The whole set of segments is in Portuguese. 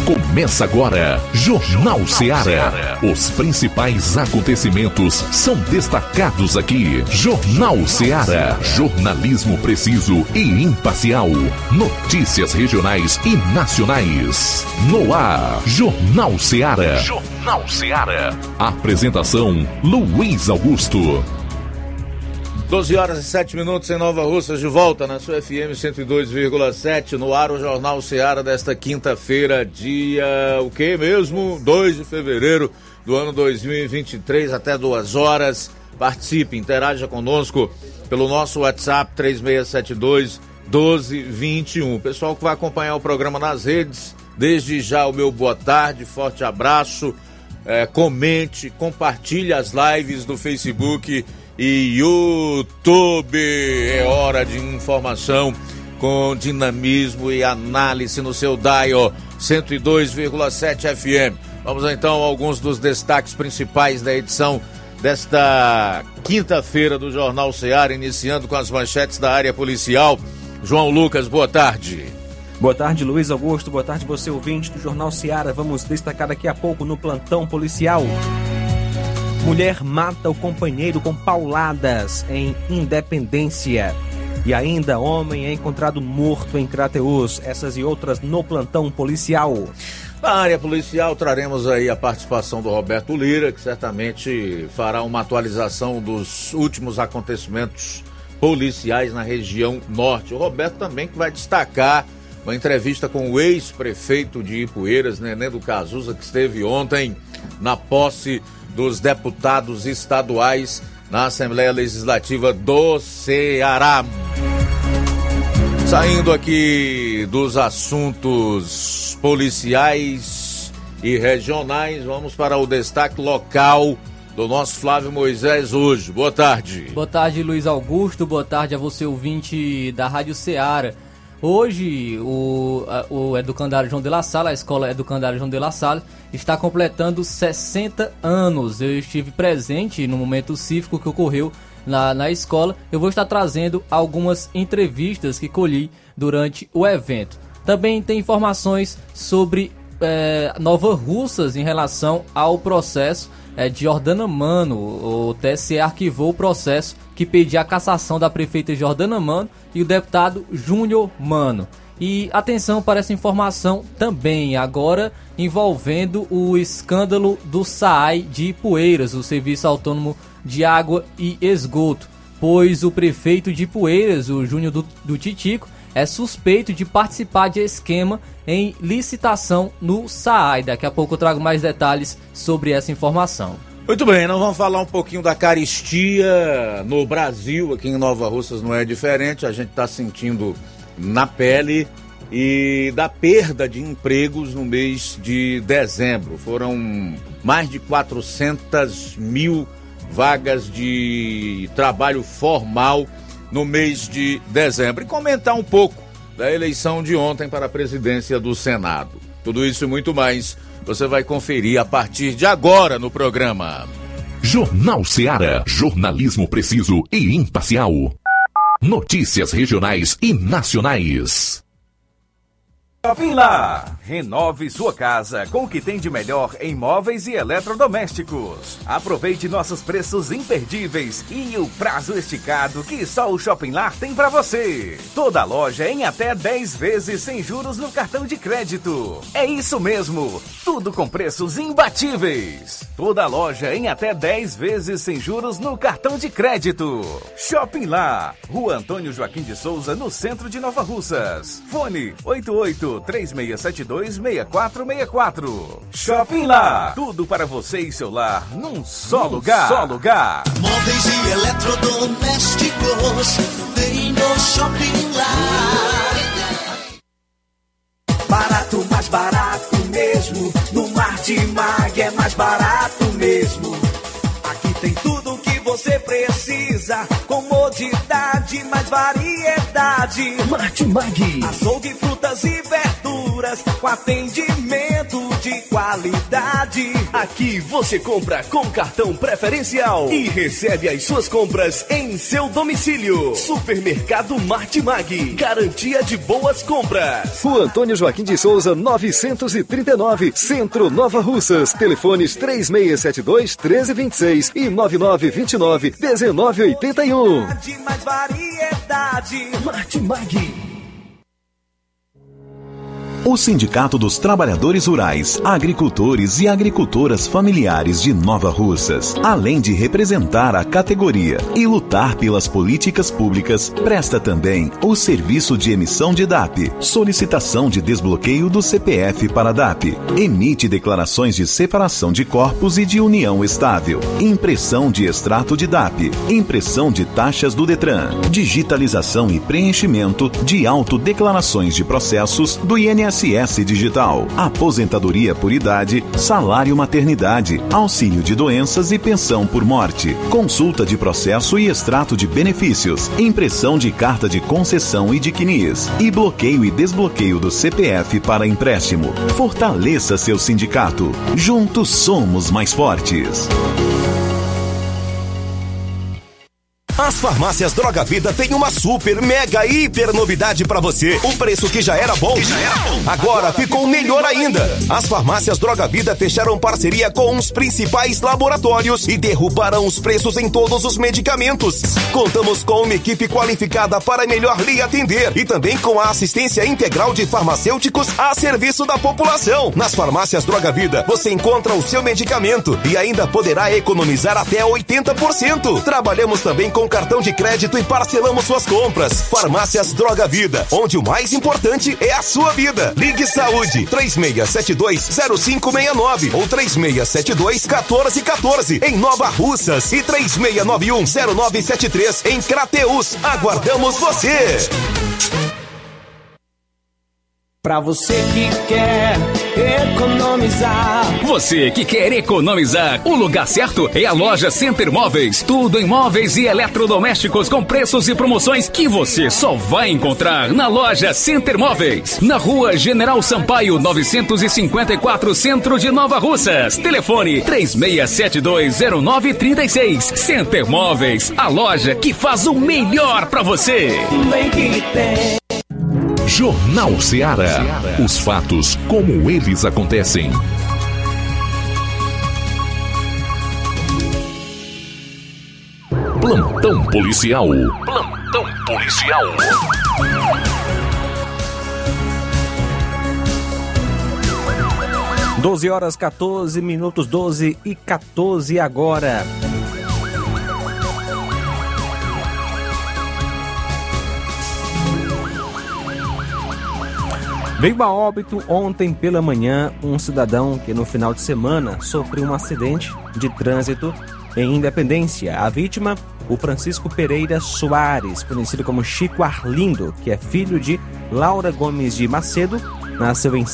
Começa agora, Jornal Ceará. Os principais acontecimentos são destacados aqui. Jornal Ceará. Jornalismo preciso e imparcial. Notícias regionais e nacionais. No ar, Jornal Ceará. Jornal Ceará. Apresentação, Luiz Augusto. 12 horas e 7 minutos em Nova Russas, de volta na sua FM 102,7, no ar o Jornal Ceará desta quinta-feira, dia, o que mesmo? 2 de fevereiro do ano 2023, até 2 horas. Participe, interaja conosco pelo nosso WhatsApp 3672-1221. Pessoal que vai acompanhar o programa nas redes, desde já o meu boa tarde, forte abraço, comente, compartilhe as lives do Facebook e YouTube. É hora de informação com dinamismo e análise no seu dial 102,7 FM. Vamos então a alguns dos destaques principais da edição desta quinta-feira do Jornal Ceará, iniciando com as manchetes da área policial. João Lucas, boa tarde. Boa tarde, Luiz Augusto. Boa tarde, você ouvinte do Jornal Ceará. Vamos destacar daqui a pouco no plantão policial. Mulher mata o companheiro com pauladas em Independência. E ainda, homem é encontrado morto em Crateús. Essas e outras no plantão policial. Na área policial, traremos aí a participação do Roberto Lira, que certamente fará uma atualização dos últimos acontecimentos policiais na região norte. O Roberto também que vai destacar uma entrevista com o ex-prefeito de Ipueiras, Nenê do Cazuza, que esteve ontem na posse dos deputados estaduais na Assembleia Legislativa do Ceará. Saindo aqui dos assuntos policiais e regionais, vamos para o destaque local do nosso Flávio Moisés hoje. Boa tarde. Boa tarde, Luiz Augusto. Boa tarde a você, ouvinte da Rádio Ceará. Hoje, o Educandário João de La Salle, a escola Educandário João de La Salle, está completando 60 anos. Eu estive presente no momento cívico que ocorreu na escola. Eu vou estar trazendo algumas entrevistas que colhi durante o evento. Também tem informações sobre Nova Russas em relação ao processo de Jordana Mano. O TSE arquivou o processo que pedia a cassação da prefeita Jordana Mano e o deputado Júnior Mano. E atenção para essa informação também, agora envolvendo o escândalo do SAAI de Ipueiras, o Serviço Autônomo de Água e Esgoto, pois o prefeito de Ipueiras, o Júnior do Titico, é suspeito de participar de esquema em licitação no SAAI. Daqui a pouco eu trago mais detalhes sobre essa informação. Muito bem, nós vamos falar um pouquinho da carestia no Brasil. Aqui em Nova Russas não é diferente, a gente está sentindo na pele, e da perda de empregos no mês de dezembro. Foram mais de 400 mil vagas de trabalho formal no mês de dezembro. E comentar um pouco da eleição de ontem para a presidência do Senado. Tudo isso e muito mais você vai conferir a partir de agora no programa. Jornal Ceará. Jornalismo preciso e imparcial. Notícias regionais e nacionais. Shopping Lá. Renove sua casa com o que tem de melhor em móveis e eletrodomésticos. Aproveite nossos preços imperdíveis e o prazo esticado que só o Shopping Lá tem para você. Toda loja em até 10 vezes sem juros no cartão de crédito. É isso mesmo, tudo com preços imbatíveis. Toda loja em até 10 vezes sem juros no cartão de crédito. Shopping Lá, Rua Antônio Joaquim de Souza, no centro de Nova Russas. Fone 88-3672-6464. Shopping Lá, tudo para você e seu lar num só lugar. Móveis e eletrodomésticos tem no Shopping Lá. Barato, mais barato mesmo. No Martimag é mais barato mesmo. Aqui tem tudo o que você precisa. Comodidade, mais variedade. Martimag. Açougue, frutas e verduras com atendimento de qualidade. Aqui você compra com cartão preferencial e recebe as suas compras em seu domicílio. Supermercado Martimag, garantia de boas compras. Rua Antônio Joaquim de Souza, 939, Centro, Nova Russas. Telefones 3672-1326 e 9929-1981. Mais variedade. Martimag. O Sindicato dos Trabalhadores Rurais, Agricultores e Agricultoras Familiares de Nova Russas, além de representar a categoria e lutar pelas políticas públicas, presta também o serviço de emissão de DAP, solicitação de desbloqueio do CPF para DAP, emite declarações de separação de corpos e de união estável, impressão de extrato de DAP, impressão de taxas do Detran, digitalização e preenchimento de autodeclarações de processos do INSS Digital, aposentadoria por idade, salário maternidade, auxílio de doenças e pensão por morte, consulta de processo e extrato de benefícios, impressão de carta de concessão e de CNIS, e bloqueio e desbloqueio do CPF para empréstimo. Fortaleça seu sindicato. Juntos somos mais fortes. As farmácias Droga Vida têm uma super, mega, hiper novidade pra você. O preço que já era bom, agora ficou melhor ainda. As farmácias Droga Vida fecharam parceria com os principais laboratórios e derrubaram os preços em todos os medicamentos. Contamos com uma equipe qualificada para melhor lhe atender e também com a assistência integral de farmacêuticos a serviço da população. Nas farmácias Droga Vida, você encontra o seu medicamento e ainda poderá economizar até 80%. Trabalhamos também com cartão de crédito e parcelamos suas compras. Farmácias Droga Vida, onde o mais importante é a sua vida. Ligue Saúde 3672-0569 ou 3672-1414 em Nova Russas e 3691-0973 em Crateús. Aguardamos você! Pra você que quer economizar. Você que quer economizar, o lugar certo é a loja Center Móveis. Tudo em móveis e eletrodomésticos com preços e promoções que você só vai encontrar na loja Center Móveis. Na rua General Sampaio, 954, Centro de Nova Russas. Telefone 36720936. Center Móveis, a loja que faz o melhor pra você. Bem que tem. Jornal Ceará. Os fatos como eles acontecem. Plantão policial. Plantão policial. Doze horas 14 minutos, 12:14 agora. Veio a óbito ontem pela manhã um cidadão que no final de semana sofreu um acidente de trânsito em Independência. A vítima, o Francisco Pereira Soares, conhecido como Chico Arlindo, que é filho de Laura Gomes de Macedo, nasceu em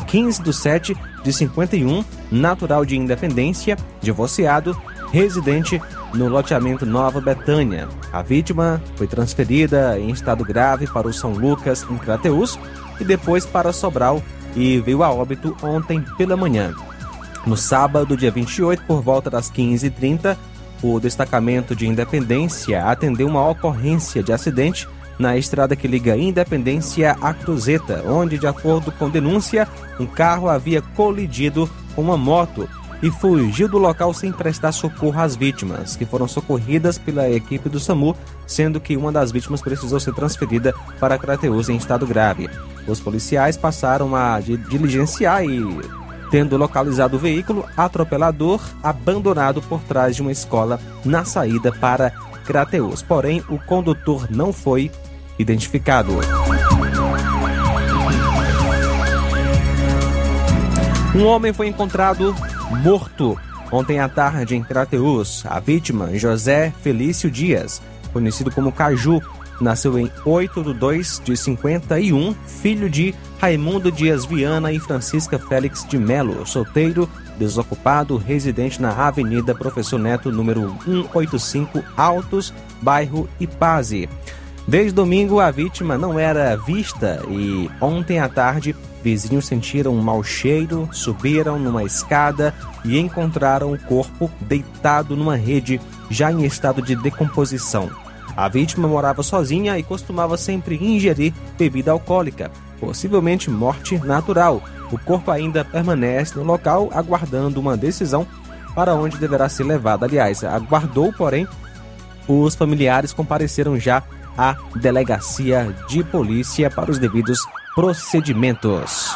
15/7/51, natural de Independência, divorciado, residente no loteamento Nova Betânia. A vítima foi transferida em estado grave para o São Lucas, em Crateús, e depois para Sobral, e veio a óbito ontem pela manhã. No sábado, dia 28, por volta das 15h30, o destacamento de Independência atendeu uma ocorrência de acidente na estrada que liga Independência a Cruzeta, onde, de acordo com denúncia, um carro havia colidido com uma moto e fugiu do local sem prestar socorro às vítimas, que foram socorridas pela equipe do SAMU, sendo que uma das vítimas precisou ser transferida para Crateús em estado grave. Os policiais passaram a diligenciar e, tendo localizado o veículo atropelador abandonado por trás de uma escola na saída para Crateús. Porém, o condutor não foi identificado. Um homem foi encontrado morto ontem à tarde em Crateús. A vítima, José Felício Dias, conhecido como Caju, nasceu em 8/2/51, filho de Raimundo Dias Viana e Francisca Félix de Melo, solteiro, desocupado, residente na Avenida Professor Neto, número 185, Altos, bairro Ipaze. Desde domingo, a vítima não era vista e ontem à tarde Vizinhos sentiram um mau cheiro, subiram numa escada e encontraram o corpo deitado numa rede, já em estado de decomposição. A vítima morava sozinha e costumava sempre ingerir bebida alcoólica, possivelmente morte natural. O corpo ainda permanece no local, aguardando uma decisão para onde deverá ser levado. Aliás, aguardou, porém, os familiares compareceram já à delegacia de polícia para os devidos procedimentos.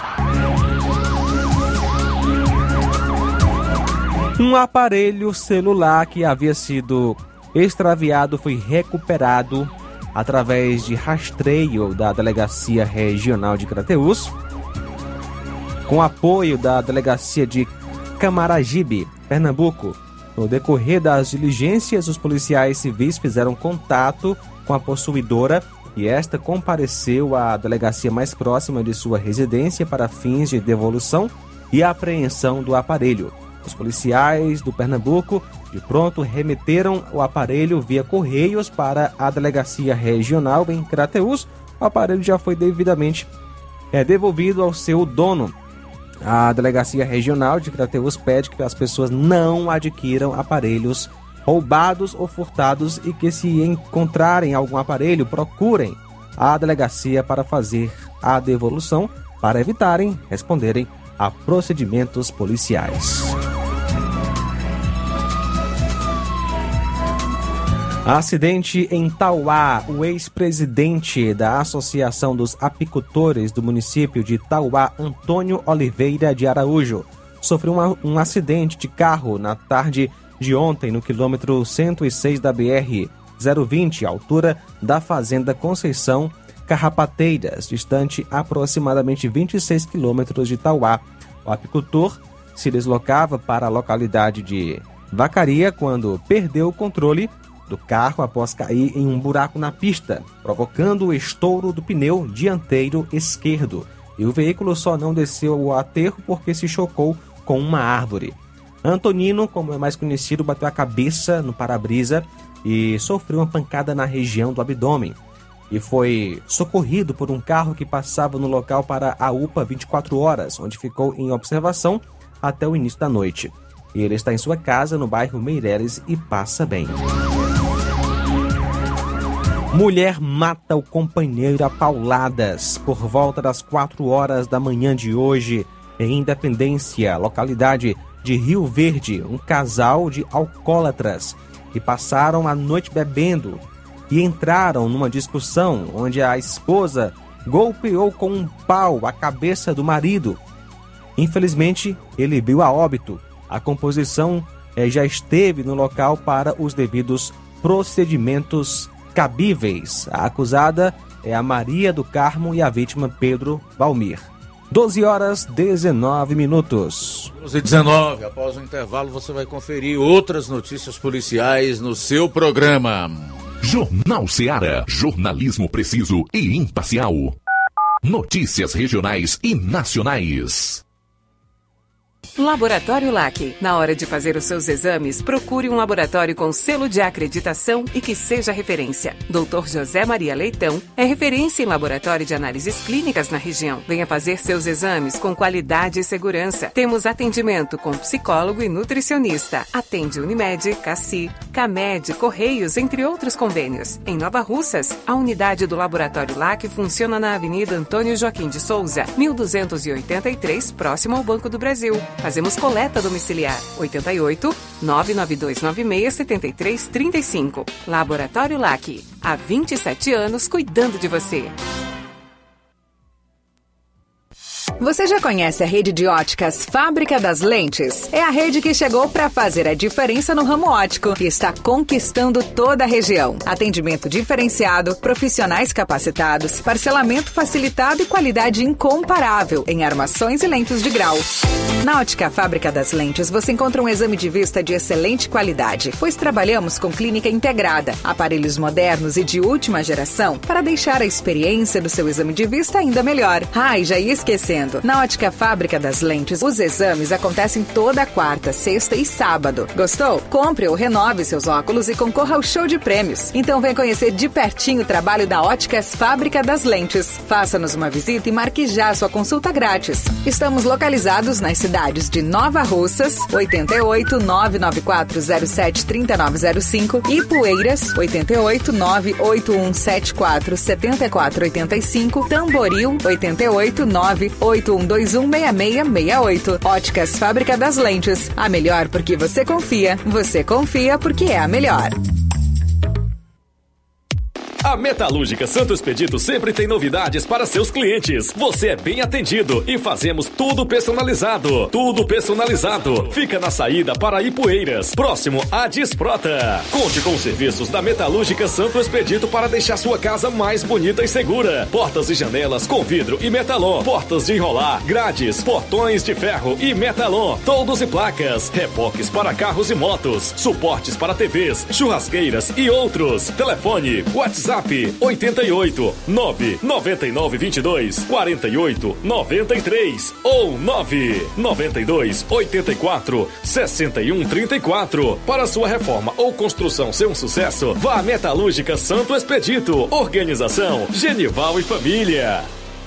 Um aparelho celular que havia sido extraviado foi recuperado através de rastreio da Delegacia Regional de Crateús, com apoio da Delegacia de Camaragibe, Pernambuco. No decorrer das diligências, os policiais civis fizeram contato com a possuidora e esta compareceu à delegacia mais próxima de sua residência para fins de devolução e apreensão do aparelho. Os policiais do Pernambuco, de pronto, remeteram o aparelho via Correios para a Delegacia Regional em Crateús. O aparelho já foi devidamente devolvido ao seu dono. A Delegacia Regional de Crateús pede que as pessoas não adquiram aparelhos roubados ou furtados e que, se encontrarem algum aparelho, procurem a delegacia para fazer a devolução, para evitarem responderem a procedimentos policiais. Acidente em Tauá. O ex-presidente da Associação dos Apicultores do município de Tauá, Antônio Oliveira de Araújo, sofreu um acidente de carro na tarde de ontem no quilômetro 106 da BR-020, altura da Fazenda Conceição Carrapateiras, distante aproximadamente 26 quilômetros de Tauá. O apicultor se deslocava para a localidade de Vacaria quando perdeu o controle do carro após cair em um buraco na pista, provocando o estouro do pneu dianteiro esquerdo. E o veículo só não desceu o aterro porque se chocou com uma árvore. Antonino, como é mais conhecido, bateu a cabeça no para-brisa e sofreu uma pancada na região do abdômen. E foi socorrido por um carro que passava no local para a UPA 24 horas, onde ficou em observação até o início da noite. Ele está em sua casa no bairro Meireles e passa bem. Mulher mata o companheiro a pauladas por volta das 4 horas da manhã de hoje, em Independência, localidade de Rio Verde. Um casal de alcoólatras que passaram a noite bebendo e entraram numa discussão onde a esposa golpeou com um pau a cabeça do marido. Infelizmente, ele veio a óbito. A composição já esteve no local para os devidos procedimentos cabíveis. A acusada é a Maria do Carmo e a vítima Pedro Valmir. 12 horas 19 minutos. 12h19, após o intervalo você vai conferir outras notícias policiais no seu programa. Jornal Ceará, jornalismo preciso e imparcial. Notícias regionais e nacionais. Laboratório LAC. Na hora de fazer os seus exames, procure um laboratório com selo de acreditação e que seja referência. Dr. José Maria Leitão é referência em laboratório de análises clínicas na região. Venha fazer seus exames com qualidade e segurança. Temos atendimento com psicólogo e nutricionista. Atende Unimed, Cassi, Camed, Correios, entre outros convênios. Em Nova Russas, a unidade do Laboratório LAC funciona na Avenida Antônio Joaquim de Souza, 1283, próximo ao Banco do Brasil. Fazemos coleta domiciliar. 88 99296 7335. Laboratório LAC. Há 27 anos cuidando de você. Você já conhece a rede de óticas Fábrica das Lentes? É a rede que chegou para fazer a diferença no ramo óptico e está conquistando toda a região. Atendimento diferenciado, profissionais capacitados, parcelamento facilitado e qualidade incomparável em armações e lentes de grau. Na Ótica Fábrica das Lentes você encontra um exame de vista de excelente qualidade, pois trabalhamos com clínica integrada, aparelhos modernos e de última geração para deixar a experiência do seu exame de vista ainda melhor. E já ia esquecendo, Lembrando, na Ótica Fábrica das Lentes, os exames acontecem toda quarta, sexta e sábado. Gostou? Compre ou renove seus óculos e concorra ao show de prêmios. Então vem conhecer de pertinho o trabalho da Óticas Fábrica das Lentes. Faça-nos uma visita e marque já sua consulta grátis. Estamos localizados nas cidades de Nova Russas, 88 99407 3905, Ipueiras, 88 98174 7485, Tamboril, 88 98121 6668. Óticas Fábrica das Lentes. A melhor porque você confia. Você confia porque é a melhor. A Metalúrgica Santo Expedito sempre tem novidades para seus clientes. Você é bem atendido e fazemos tudo personalizado. Tudo personalizado. Fica na saída para Ipueiras, próximo à Desprota. Conte com os serviços da Metalúrgica Santo Expedito para deixar sua casa mais bonita e segura. Portas e janelas com vidro e metalon. Portas de enrolar, grades, portões de ferro e metalon. Toldos e placas. Reboques para carros e motos. Suportes para TVs, churrasqueiras e outros. Telefone, WhatsApp 88 999 22 48 93 ou 992 84 61 34. Para sua reforma ou construção ser um sucesso, vá à Metalúrgica Santo Expedito. Organização Genival e Família.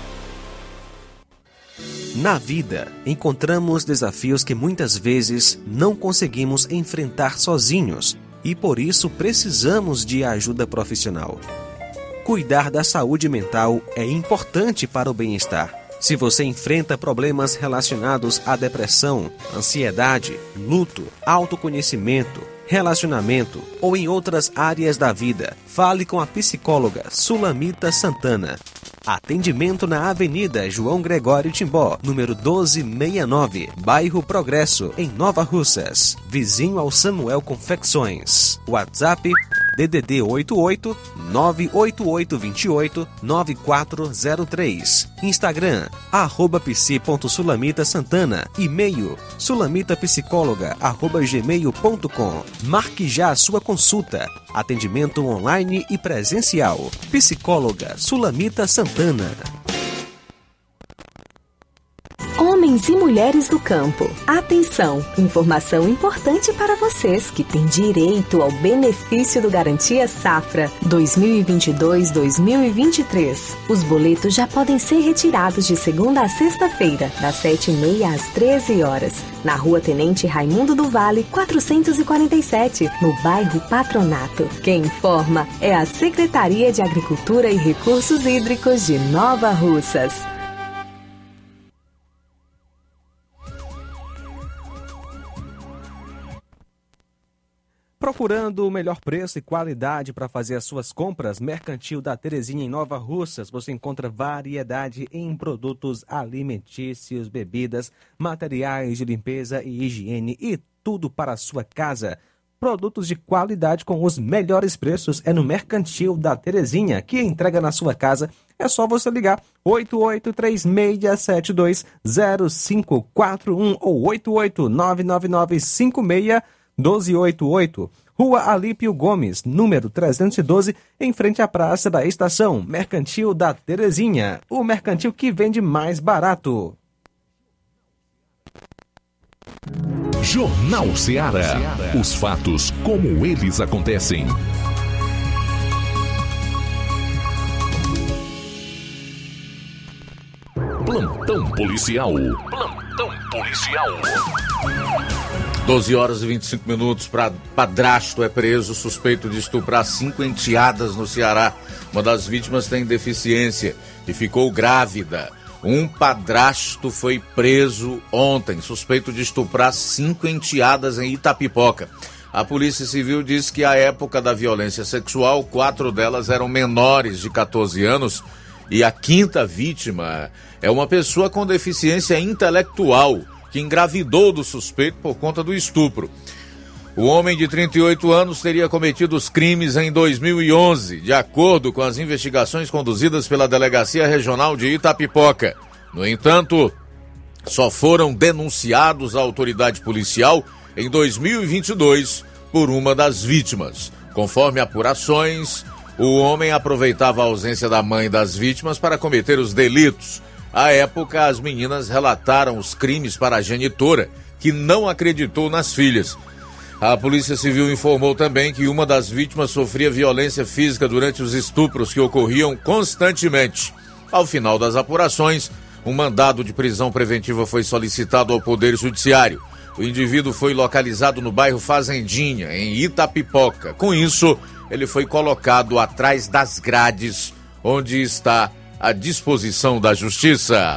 Na vida, encontramos desafios que muitas vezes não conseguimos enfrentar sozinhos e por isso precisamos de ajuda profissional. Cuidar da saúde mental é importante para o bem-estar. Se você enfrenta problemas relacionados à depressão, ansiedade, luto, autoconhecimento, relacionamento ou em outras áreas da vida, fale com a psicóloga Sulamita Santana. Atendimento na Avenida João Gregório Timbó, número 1269, bairro Progresso, em Nova Russas, vizinho ao Samuel Confecções. WhatsApp DDD 88 98828 9403. Instagram @psi.sulamitasantana. E-mail sulamitapsicóloga@gmail.com. Marque já a sua consulta. Atendimento online e presencial. Psicóloga Sulamita Santana. Homens e mulheres do campo, atenção! Informação importante para vocês que têm direito ao benefício do Garantia Safra 2022-2023. Os boletos já podem ser retirados de segunda a sexta-feira, das 7h30 às 13 horas, na Rua Tenente Raimundo do Vale, 447, no bairro Patronato. Quem informa é a Secretaria de Agricultura e Recursos Hídricos de Nova Russas. Procurando o melhor preço e qualidade para fazer as suas compras? Mercantil da Terezinha em Nova Russas. Você encontra variedade em produtos alimentícios, bebidas, materiais de limpeza e higiene e tudo para a sua casa. Produtos de qualidade com os melhores preços é no Mercantil da Terezinha, que entrega na sua casa. É só você ligar 8836720541 ou 88999561288. Rua Alípio Gomes, número 312, em frente à Praça da Estação. Mercantil da Terezinha, o mercantil que vende mais barato. Jornal Ceará. Os fatos como eles acontecem. Plantão policial. Plantão policial. 12 horas e 25 minutos. Padrasto é preso suspeito de estuprar 5 enteadas no Ceará. Uma das vítimas tem deficiência e ficou grávida. Um padrasto foi preso ontem, suspeito de estuprar 5 enteadas em Itapipoca. A Polícia Civil diz que à época da violência sexual, 4 delas eram menores de 14 anos e a 5ª vítima é uma pessoa com deficiência intelectual que engravidou do suspeito por conta do estupro. O homem de 38 anos teria cometido os crimes em 2011, de acordo com as investigações conduzidas pela Delegacia Regional de Itapipoca. No entanto, só foram denunciados à autoridade policial em 2022 por uma das vítimas. Conforme apurações, o homem aproveitava a ausência da mãe das vítimas para cometer os delitos. À época, as meninas relataram os crimes para a genitora, que não acreditou nas filhas. A Polícia Civil informou também que uma das vítimas sofria violência física durante os estupros que ocorriam constantemente. Ao final das apurações, um mandado de prisão preventiva foi solicitado ao Poder Judiciário. O indivíduo foi localizado no bairro Fazendinha, em Itapipoca. Com isso, ele foi colocado atrás das grades, onde está à disposição da Justiça.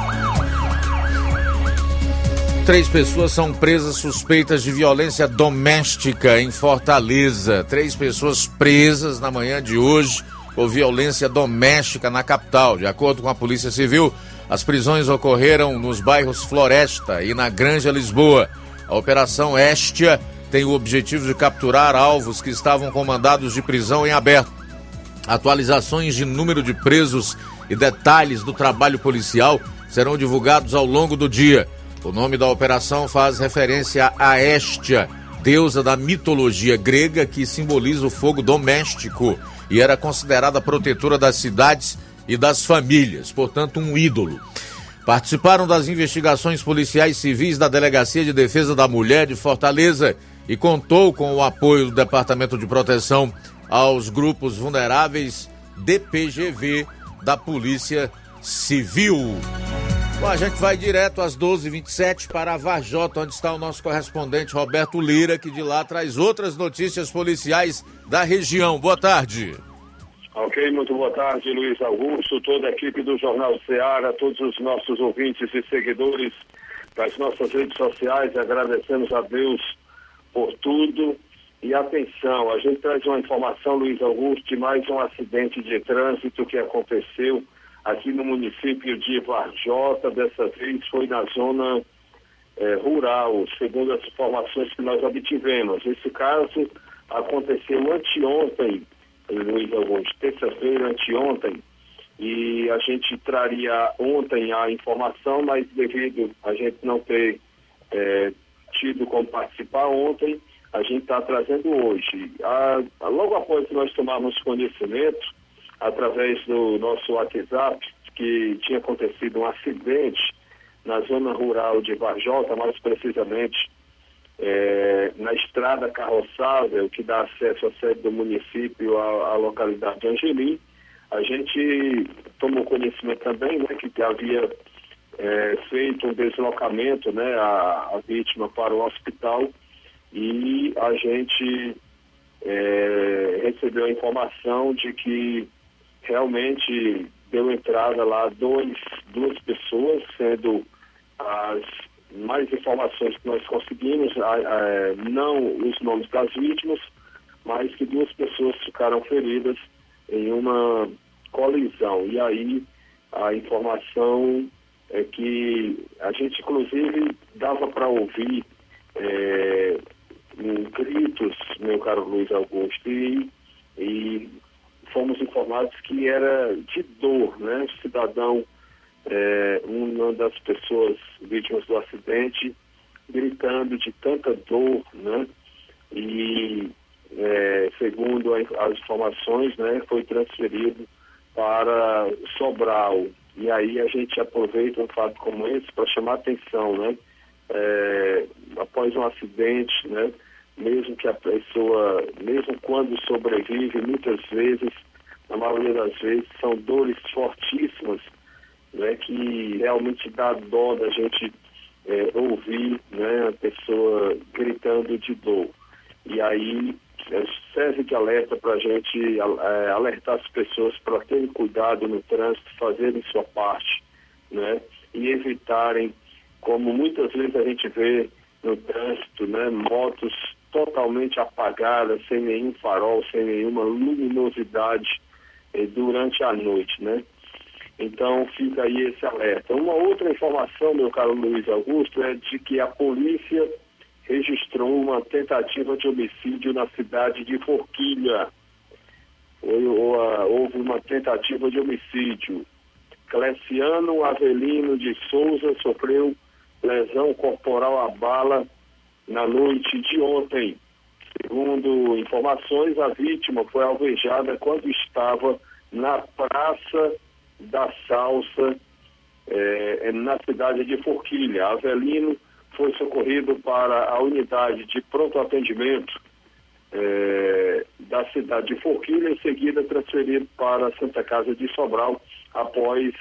3 pessoas são presas suspeitas de violência doméstica em Fortaleza. 3 pessoas presas na manhã de hoje por violência doméstica na capital. De acordo com a Polícia Civil, as prisões ocorreram nos bairros Floresta e na Granja Lisboa. A Operação Hestia tem o objetivo de capturar alvos que estavam com mandados de prisão em aberto. Atualizações de número de presos e detalhes do trabalho policial serão divulgados ao longo do dia. O nome da operação faz referência a Hestia, deusa da mitologia grega que simboliza o fogo doméstico e era considerada protetora das cidades e das famílias, portanto um ídolo. Participaram das investigações policiais civis da Delegacia de Defesa da Mulher de Fortaleza e contou com o apoio do Departamento de Proteção aos Grupos Vulneráveis, DPGV, da Polícia Civil. Bom, a gente vai direto às 12h27 para a Varjota, onde está o nosso correspondente Roberto Lira, que de lá traz outras notícias policiais da região. Boa tarde. Ok, muito boa tarde, Luiz Augusto, toda a equipe do Jornal Ceará, todos os nossos ouvintes e seguidores das nossas redes sociais. Agradecemos a Deus por tudo. E atenção, a gente traz uma informação, Luiz Augusto, de mais um acidente de trânsito que aconteceu aqui no município de Varjota. Dessa vez foi na zona rural, segundo as informações que nós obtivemos. Esse caso aconteceu anteontem, Luiz Augusto, terça-feira, anteontem, e a gente traria ontem a informação, mas devido a gente não ter tido como participar ontem, a gente está trazendo hoje. Logo após nós tomarmos conhecimento, através do nosso WhatsApp, que tinha acontecido um acidente na zona rural de Varjota, mais precisamente na estrada carroçável que dá acesso à sede do município, à localidade de Angelim. A gente tomou conhecimento também, né, que havia feito um deslocamento, né, a vítima para o hospital, e a gente recebeu a informação de que realmente deu entrada lá duas pessoas, sendo as mais informações que nós conseguimos, não os nomes das vítimas, mas que 2 pessoas ficaram feridas em uma colisão. E aí a informação é que a gente inclusive dava para ouvir gritos, meu caro Luiz Augusto, e fomos informados que era de dor, né? O cidadão, uma das pessoas vítimas do acidente, gritando de tanta dor, né? E segundo as informações, né, foi transferido para Sobral. E aí a gente aproveita um fato como esse para chamar a atenção, né? Após um acidente, né? Mesmo que a pessoa, mesmo quando sobrevive, muitas vezes, na maioria das vezes, são dores fortíssimas, né, que realmente dá dó da gente ouvir, né, a pessoa gritando de dor. E aí serve de alerta para a gente alertar as pessoas para terem cuidado no trânsito, fazerem sua parte, né, e evitarem, como muitas vezes a gente vê no trânsito, né, motos totalmente apagadas, sem nenhum farol, sem nenhuma luminosidade durante a noite, né? Então fica aí esse alerta. Uma outra informação, meu caro Luiz Augusto, é de que a polícia registrou uma tentativa de homicídio na cidade de Forquilha. Houve uma tentativa de homicídio. Cleciano Avelino de Souza sofreu lesão corporal à bala na noite de ontem. Segundo informações, a vítima foi alvejada quando estava na Praça da Salsa, na cidade de Forquilha. Avelino foi socorrido para a unidade de pronto atendimento da cidade de Forquilha, em seguida transferido para a Santa Casa de Sobral após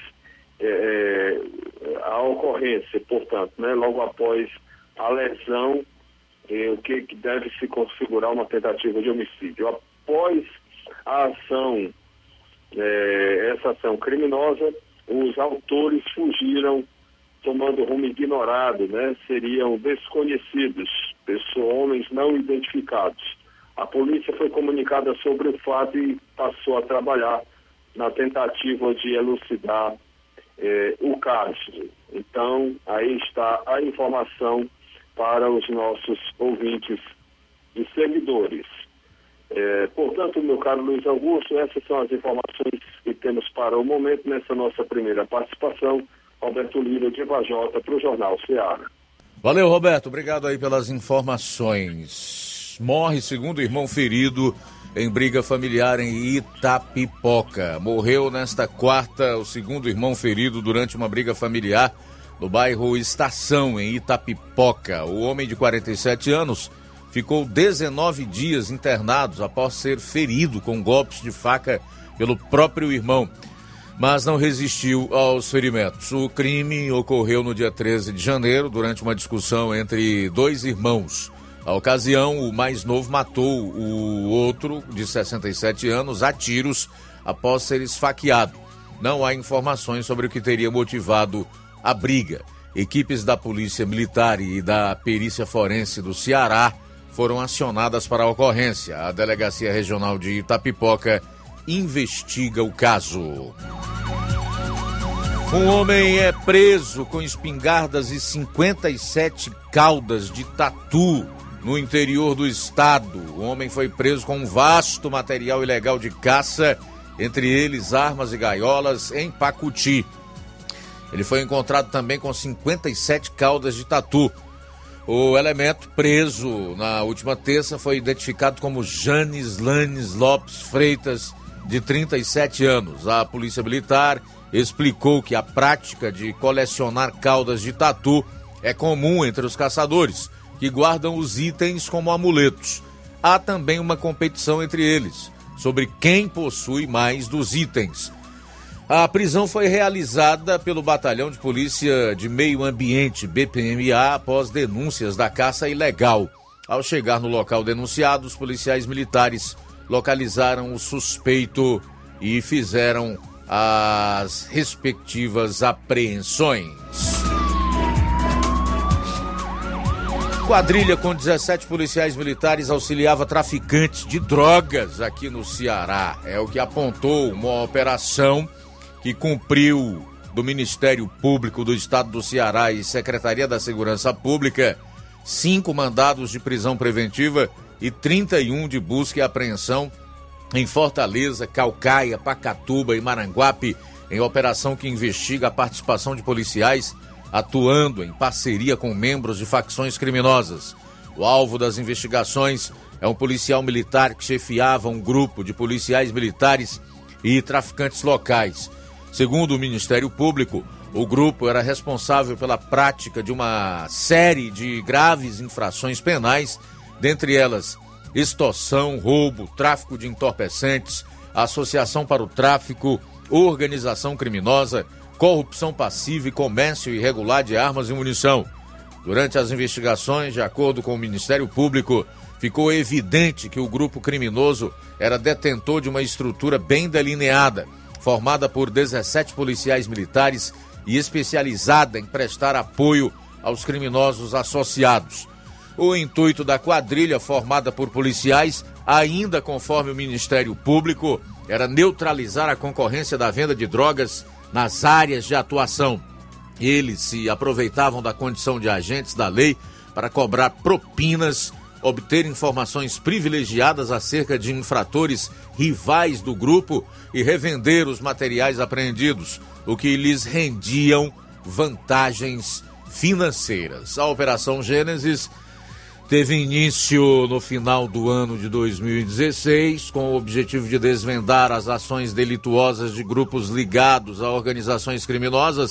a ocorrência, portanto, né, logo após a lesão, o que deve se configurar uma tentativa de homicídio. Após a ação, essa ação criminosa, os autores fugiram tomando rumo ignorado, né? Seriam desconhecidos, homens não identificados. A polícia foi comunicada sobre o fato e passou a trabalhar na tentativa de elucidar o caso. Então, aí está a informação para os nossos ouvintes e seguidores. Portanto, meu caro Luiz Augusto, essas são as informações que temos para o momento nessa nossa primeira participação. Roberto Lira de Vajota para o Jornal Ceará. Valeu, Roberto. Obrigado aí pelas informações. Morre segundo irmão ferido em briga familiar em Itapipoca. Morreu nesta quarta o segundo irmão ferido durante uma briga familiar no bairro Estação, em Itapipoca. O homem de 47 anos ficou 19 dias internado após ser ferido com golpes de faca pelo próprio irmão, mas não resistiu aos ferimentos. O crime ocorreu no dia 13 de janeiro, durante uma discussão entre dois irmãos. Na ocasião, o mais novo matou o outro, de 67 anos, a tiros, após ser esfaqueado. Não há informações sobre o que teria motivado a briga. Equipes da Polícia Militar e da Perícia Forense do Ceará foram acionadas para a ocorrência. A Delegacia Regional de Itapipoca investiga o caso. Um homem é preso com espingardas e 57 caudas de tatu no interior do estado. O homem foi preso com um vasto material ilegal de caça, entre eles armas e gaiolas, em Pacuti. Ele foi encontrado também com 57 caudas de tatu. O elemento preso na última terça foi identificado como Janes Lanes Lopes Freitas, de 37 anos. A Polícia Militar explicou que a prática de colecionar caudas de tatu é comum entre os caçadores, que guardam os itens como amuletos. Há também uma competição entre eles, sobre quem possui mais dos itens. A prisão foi realizada pelo Batalhão de Polícia de Meio Ambiente, BPMA, após denúncias da caça ilegal. Ao chegar no local denunciado, os policiais militares localizaram o suspeito e fizeram as respectivas apreensões. Quadrilha com 17 policiais militares auxiliava traficantes de drogas aqui no Ceará. É o que apontou uma operação que cumpriu do Ministério Público do Estado do Ceará e Secretaria da Segurança Pública 5 mandados de prisão preventiva e 31 de busca e apreensão em Fortaleza, Caucaia, Pacatuba e Maranguape, em operação que investiga a participação de policiais atuando em parceria com membros de facções criminosas. O alvo das investigações é um policial militar que chefiava um grupo de policiais militares e traficantes locais. Segundo o Ministério Público, o grupo era responsável pela prática de uma série de graves infrações penais, dentre elas extorsão, roubo, tráfico de entorpecentes, associação para o tráfico, organização criminosa, corrupção passiva e comércio irregular de armas e munição. Durante as investigações, de acordo com o Ministério Público, ficou evidente que o grupo criminoso era detentor de uma estrutura bem delineada, formada por 17 policiais militares e especializada em prestar apoio aos criminosos associados. O intuito da quadrilha, formada por policiais, ainda conforme o Ministério Público, era neutralizar a concorrência da venda de drogas nas áreas de atuação. Eles se aproveitavam da condição de agentes da lei para cobrar propinas, obter informações privilegiadas acerca de infratores rivais do grupo e revender os materiais apreendidos, o que lhes rendiam vantagens financeiras. A Operação Gênesis teve início no final do ano de 2016, com o objetivo de desvendar as ações delituosas de grupos ligados a organizações criminosas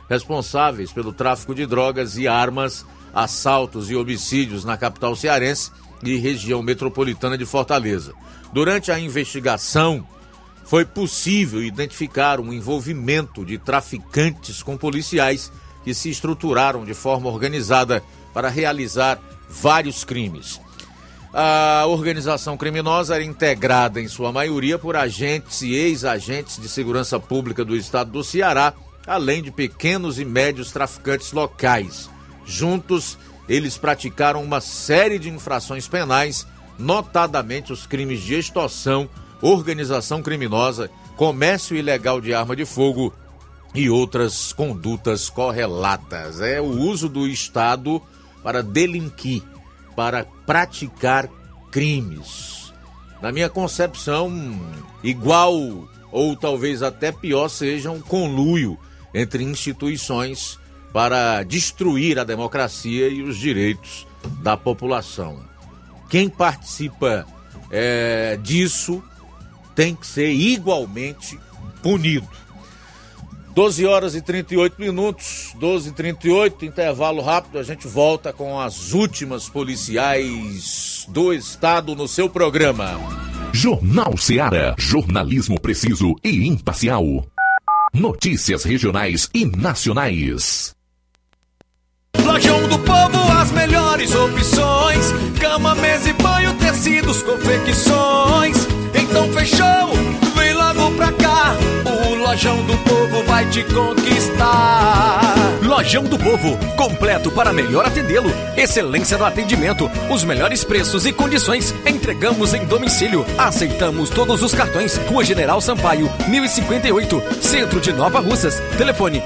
responsáveis pelo tráfico de drogas e armas, assaltos e homicídios na capital cearense e região metropolitana de Fortaleza. Durante a investigação, foi possível identificar um envolvimento de traficantes com policiais que se estruturaram de forma organizada para realizar vários crimes. A organização criminosa era integrada, em sua maioria, por agentes e ex-agentes de segurança pública do estado do Ceará, além de pequenos e médios traficantes locais. Juntos, eles praticaram uma série de infrações penais, notadamente os crimes de extorsão, organização criminosa, comércio ilegal de arma de fogo e outras condutas correlatas. É o uso do Estado para delinquir, para praticar crimes. Na minha concepção, igual ou talvez até pior seja um conluio entre instituições para destruir a democracia e os direitos da população. Quem participa disso tem que ser igualmente punido. 12 horas e 38 minutos, 12h38, intervalo rápido, a gente volta com as últimas policiais do estado no seu programa. Jornal Ceará, jornalismo preciso e imparcial. Notícias regionais e nacionais. Lojão do Povo, as melhores opções: cama, mesa e banho, tecidos, confecções. Então fechou, vem logo pra cá, o Lojão do Povo vai te conquistar. Lojão do Povo, completo para melhor atendê-lo. Excelência no atendimento, os melhores preços e condições. Entregamos em domicílio. Aceitamos todos os cartões. Rua General Sampaio, 1058, Centro de Nova Russas. Telefone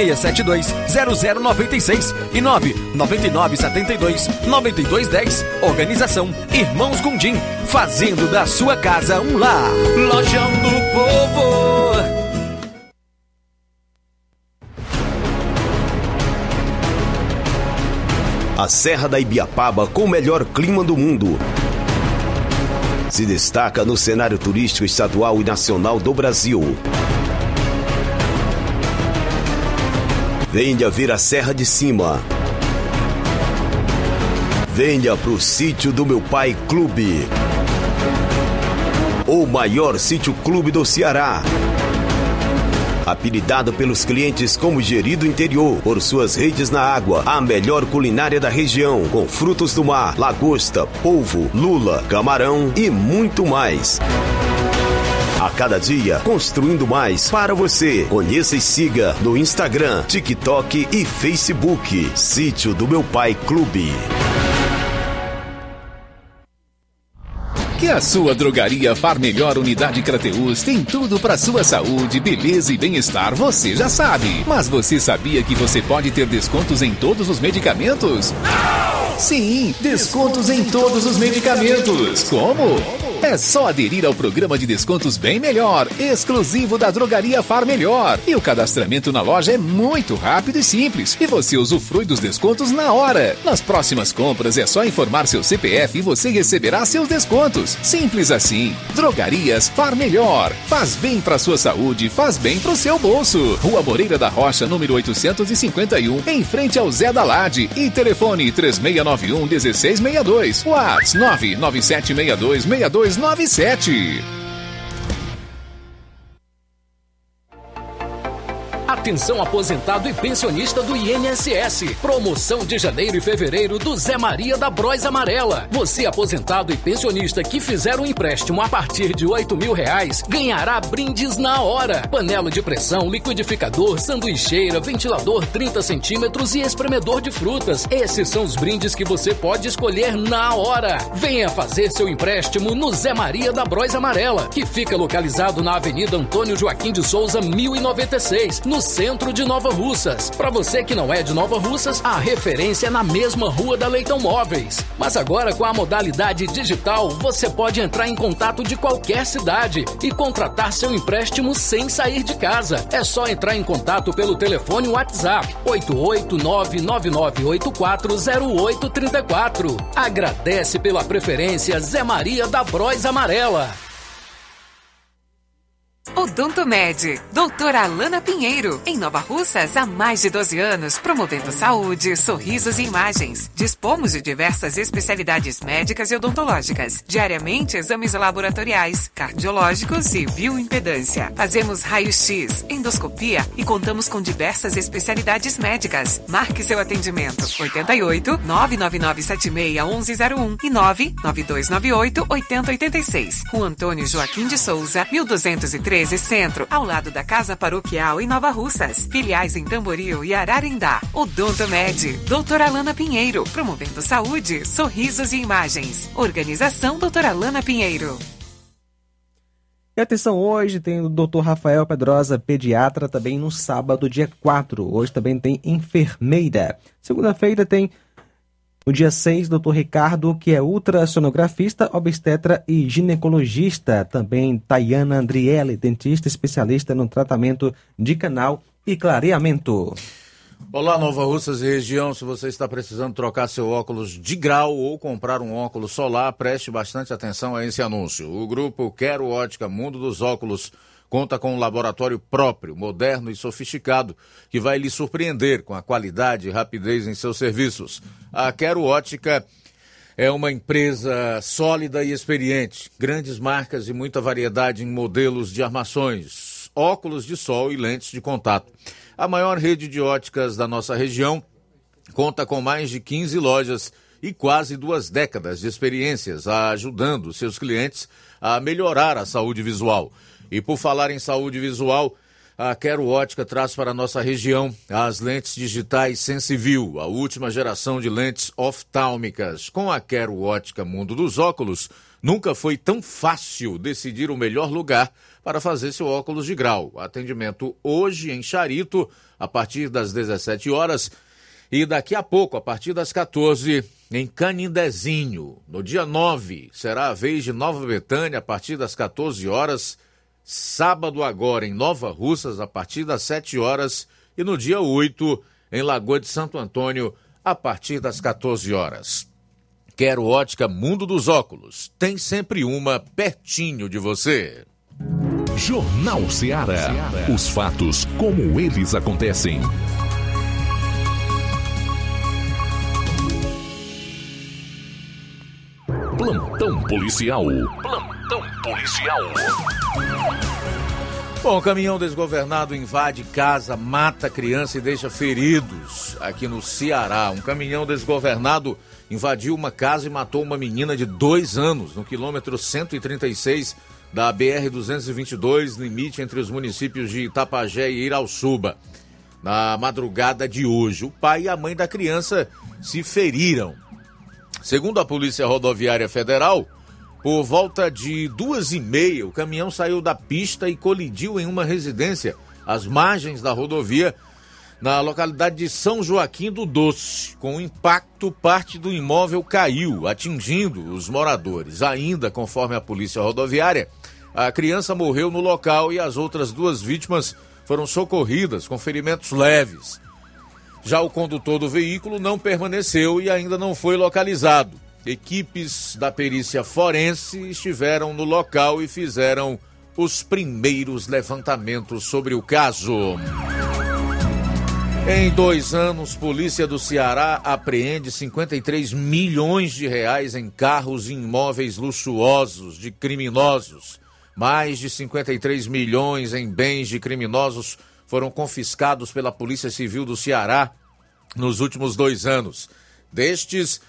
3672-0096 e 99972-9210. Organização Irmãos Gondim, fazendo da sua casa um lar. Lojão do Povo. A Serra da Ibiapaba, com o melhor clima do mundo, se destaca no cenário turístico estadual e nacional do Brasil. Venha ver a Serra de Cima. Venha pro Sítio do Meu Pai Clube, o maior sítio clube do Ceará. Apelidado pelos clientes como Gerido Interior, por suas redes na água, a melhor culinária da região, com frutos do mar, lagosta, polvo, lula, camarão e muito mais. A cada dia, construindo mais para você. Conheça e siga no Instagram, TikTok e Facebook. Sítio do Meu Pai Clube. Que a sua drogaria Far Melhor Unidade Crateús tem tudo para sua saúde, beleza e bem-estar, você já sabe. Mas você sabia que você pode ter descontos em todos os medicamentos? Não! Sim, descontos em todos os medicamentos. Como? É só aderir ao programa de descontos Bem Melhor, exclusivo da Drogaria Far Melhor. E o cadastramento na loja é muito rápido e simples. E você usufrui dos descontos na hora. Nas próximas compras é só informar seu CPF e você receberá seus descontos. Simples assim. Drogarias Far Melhor. Faz bem para sua saúde, faz bem para o seu bolso. Rua Moreira da Rocha, número 851, em frente ao Zé da Lade. E telefone 3691-1662. WhatsApp 997626297. Atenção aposentado e pensionista do INSS. Promoção de janeiro e fevereiro do Zé Maria da Bros Amarela. Você aposentado e pensionista que fizer um empréstimo a partir de R$8.000 ganhará brindes na hora. Panela de pressão, liquidificador, sanduicheira, ventilador 30 centímetros e espremedor de frutas. Esses são os brindes que você pode escolher na hora. Venha fazer seu empréstimo no Zé Maria da Bros Amarela, que fica localizado na Avenida Antônio Joaquim de Souza, 1096, no centro de Nova Russas. Para você que não é de Nova Russas, a referência é na mesma Rua da Leitão Móveis. Mas agora com a modalidade digital, você pode entrar em contato de qualquer cidade e contratar seu empréstimo sem sair de casa. É só entrar em contato pelo telefone WhatsApp 88999840834. Agradece pela preferência Zé Maria da Bros Amarela. Odontomed, doutora Alana Pinheiro, em Nova Russas há mais de 12 anos, promovendo saúde, sorrisos e imagens. Dispomos de diversas especialidades médicas e odontológicas. Diariamente, exames laboratoriais, cardiológicos e bioimpedância. Fazemos raio-x, endoscopia e contamos com diversas especialidades médicas. Marque seu atendimento. 88 999 76 1101 e 99298 8086. Rua Antônio Joaquim de Souza, 1213 Centro, ao lado da Casa Paroquial em Nova Russas. Filiais em Tamboril e Ararindá. Odontomed, doutora Alana Pinheiro, promovendo saúde, sorrisos e imagens. Organização doutora Alana Pinheiro. E atenção, hoje tem o Dr. Rafael Pedrosa, pediatra, também no sábado, dia 4. Hoje também tem enfermeira. Segunda-feira tem, no dia 6, Dr. Ricardo, que é ultrassonografista, obstetra e ginecologista. Também Tayana Andriele, dentista especialista no tratamento de canal e clareamento. Olá, Nova Russas e região. Se você está precisando trocar seu óculos de grau ou comprar um óculos solar, preste bastante atenção a esse anúncio. O grupo Quero Ótica Mundo dos Óculos conta com um laboratório próprio, moderno e sofisticado, que vai lhe surpreender com a qualidade e rapidez em seus serviços. A Quero Ótica é uma empresa sólida e experiente, grandes marcas e muita variedade em modelos de armações, óculos de sol e lentes de contato. A maior rede de óticas da nossa região conta com mais de 15 lojas e quase 2 décadas de experiências, ajudando seus clientes a melhorar a saúde visual. E por falar em saúde visual, a Quero Ótica traz para a nossa região as lentes digitais Sensiview, a última geração de lentes oftálmicas. Com a Quero Ótica Mundo dos Óculos, nunca foi tão fácil decidir o melhor lugar para fazer seu óculos de grau. Atendimento hoje em Charito, a partir das 17 horas, e daqui a pouco, a partir das 14, em Canindezinho. No dia 9, será a vez de Nova Betânia, a partir das 14 horas, sábado agora em Nova Russas, a partir das 7 horas, e no dia 8, em Lagoa de Santo Antônio, a partir das 14 horas. Quero Ótica Mundo dos Óculos. Tem sempre uma pertinho de você. Jornal Ceará. Os fatos como eles acontecem. Plantão policial. Plantão policial. Bom, o caminhão desgovernado invade casa, mata criança e deixa feridos aqui no Ceará. Um caminhão desgovernado invadiu uma casa e matou uma menina de 2 anos no quilômetro 136 da BR-222, limite entre os municípios de Itapajé e Irauçuba. Na madrugada de hoje, o pai e a mãe da criança se feriram. Segundo a Polícia Rodoviária Federal, por volta de 2h30, o caminhão saiu da pista e colidiu em uma residência às margens da rodovia, na localidade de São Joaquim do Doce. Com o impacto, parte do imóvel caiu, atingindo os moradores. Ainda, conforme a Polícia Rodoviária, a criança morreu no local e as outras 2 vítimas foram socorridas com ferimentos leves. Já o condutor do veículo não permaneceu e ainda não foi localizado. Equipes da perícia forense estiveram no local e fizeram os primeiros levantamentos sobre o caso. Em 2 anos, Polícia do Ceará apreende 53 milhões de reais em carros e imóveis luxuosos de criminosos. Mais de 53 milhões em bens de criminosos foram confiscados pela Polícia Civil do Ceará nos últimos 2 anos. Destes,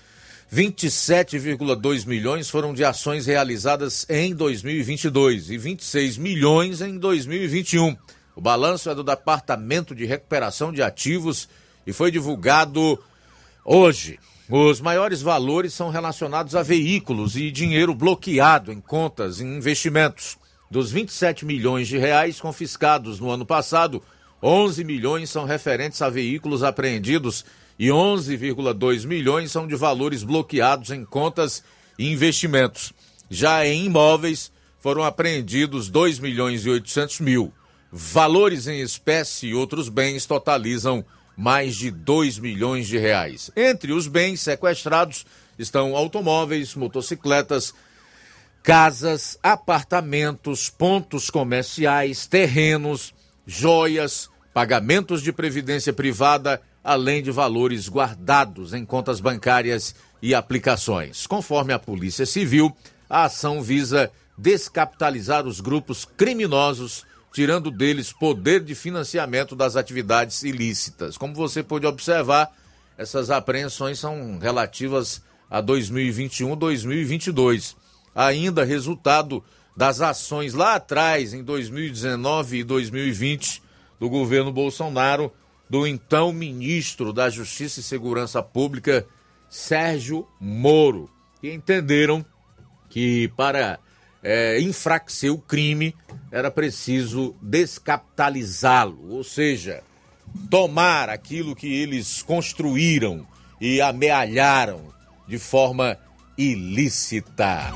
27,2 milhões foram de ações realizadas em 2022 e 26 milhões em 2021. O balanço é do Departamento de Recuperação de Ativos e foi divulgado hoje. Os maiores valores são relacionados a veículos e dinheiro bloqueado em contas e investimentos. Dos 27 milhões de reais confiscados no ano passado, 11 milhões são referentes a veículos apreendidos e 11,2 milhões são de valores bloqueados em contas e investimentos. Já em imóveis, foram apreendidos 2 milhões e 800 mil. Valores em espécie e outros bens totalizam mais de 2 milhões de reais. Entre os bens sequestrados estão automóveis, motocicletas, casas, apartamentos, pontos comerciais, terrenos, joias, pagamentos de previdência privada, além de valores guardados em contas bancárias e aplicações. Conforme a Polícia Civil, a ação visa descapitalizar os grupos criminosos, tirando deles poder de financiamento das atividades ilícitas. Como você pôde observar, essas apreensões são relativas a 2021 e 2022. Ainda resultado das ações lá atrás, em 2019 e 2020, do governo Bolsonaro, do então ministro da Justiça e Segurança Pública, Sérgio Moro, que entenderam que para enfraquecer o crime era preciso descapitalizá-lo, ou seja, tomar aquilo que eles construíram e amealharam de forma ilícita.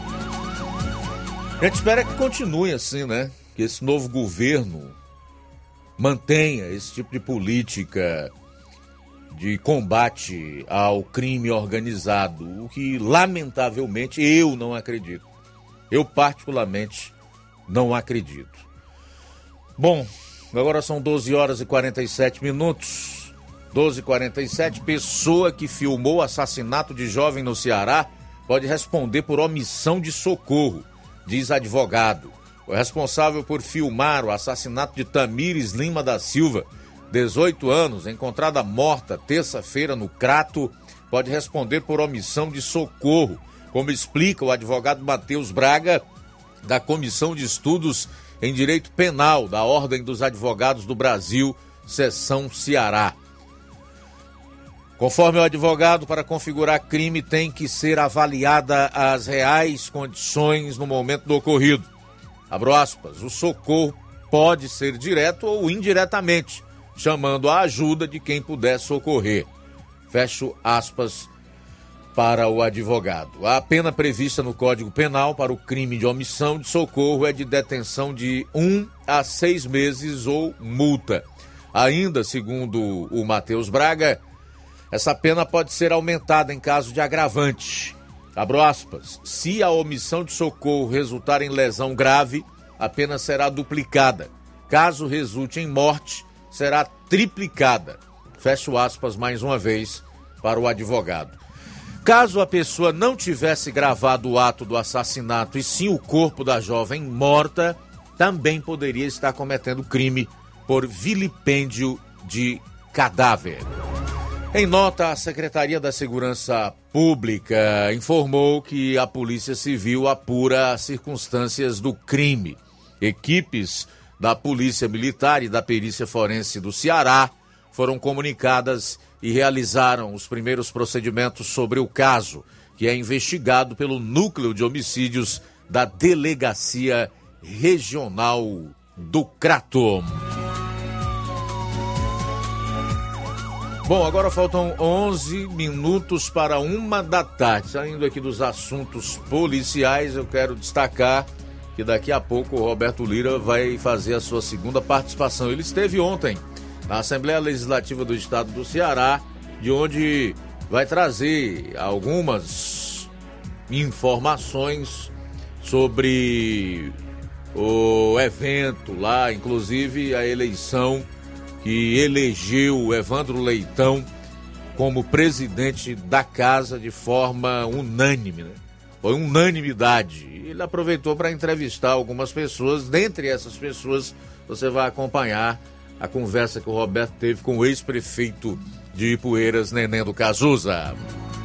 A gente espera que continue assim, né? Que esse novo governo mantenha esse tipo de política de combate ao crime organizado, o que, lamentavelmente, eu não acredito. Eu, particularmente, não acredito. Bom, agora são 12 horas e 47 minutos. 12h47, pessoa que filmou o assassinato de jovem no Ceará pode responder por omissão de socorro, diz advogado. O responsável por filmar o assassinato de Tamires Lima da Silva, 18 anos, encontrada morta terça-feira no Crato, pode responder por omissão de socorro, como explica o advogado Matheus Braga, da Comissão de Estudos em Direito Penal da Ordem dos Advogados do Brasil, Seção Ceará. Conforme o advogado, para configurar crime tem que ser avaliada as reais condições no momento do ocorrido. Abro aspas, o socorro pode ser direto ou indiretamente, chamando a ajuda de quem puder socorrer. Fecho aspas para o advogado. A pena prevista no Código Penal para o crime de omissão de socorro é de detenção de 1 a 6 meses ou multa. Ainda, segundo o Matheus Braga, essa pena pode ser aumentada em caso de agravante. Abro aspas, se a omissão de socorro resultar em lesão grave, a pena será duplicada. Caso resulte em morte, será triplicada. Fecho aspas mais uma vez para o advogado. Caso a pessoa não tivesse gravado o ato do assassinato e sim o corpo da jovem morta, também poderia estar cometendo crime por vilipêndio de cadáver. Em nota, a Secretaria da Segurança Pública informou que a Polícia Civil apura as circunstâncias do crime. Equipes da Polícia Militar e da Perícia Forense do Ceará foram comunicadas e realizaram os primeiros procedimentos sobre o caso, que é investigado pelo Núcleo de Homicídios da Delegacia Regional do Crato. Bom, agora faltam 11 minutos para 1h. Saindo aqui dos assuntos policiais, eu quero destacar que daqui a pouco o Roberto Lira vai fazer a sua segunda participação. Ele esteve ontem na Assembleia Legislativa do Estado do Ceará, de onde vai trazer algumas informações sobre o evento lá, inclusive a eleição que elegeu o Evandro Leitão como presidente da casa de forma unânime, né? Foi unanimidade. Ele aproveitou para entrevistar algumas pessoas. Dentre essas pessoas, você vai acompanhar a conversa que o Roberto teve com o ex-prefeito de Ipueiras, Neném do Cazuza.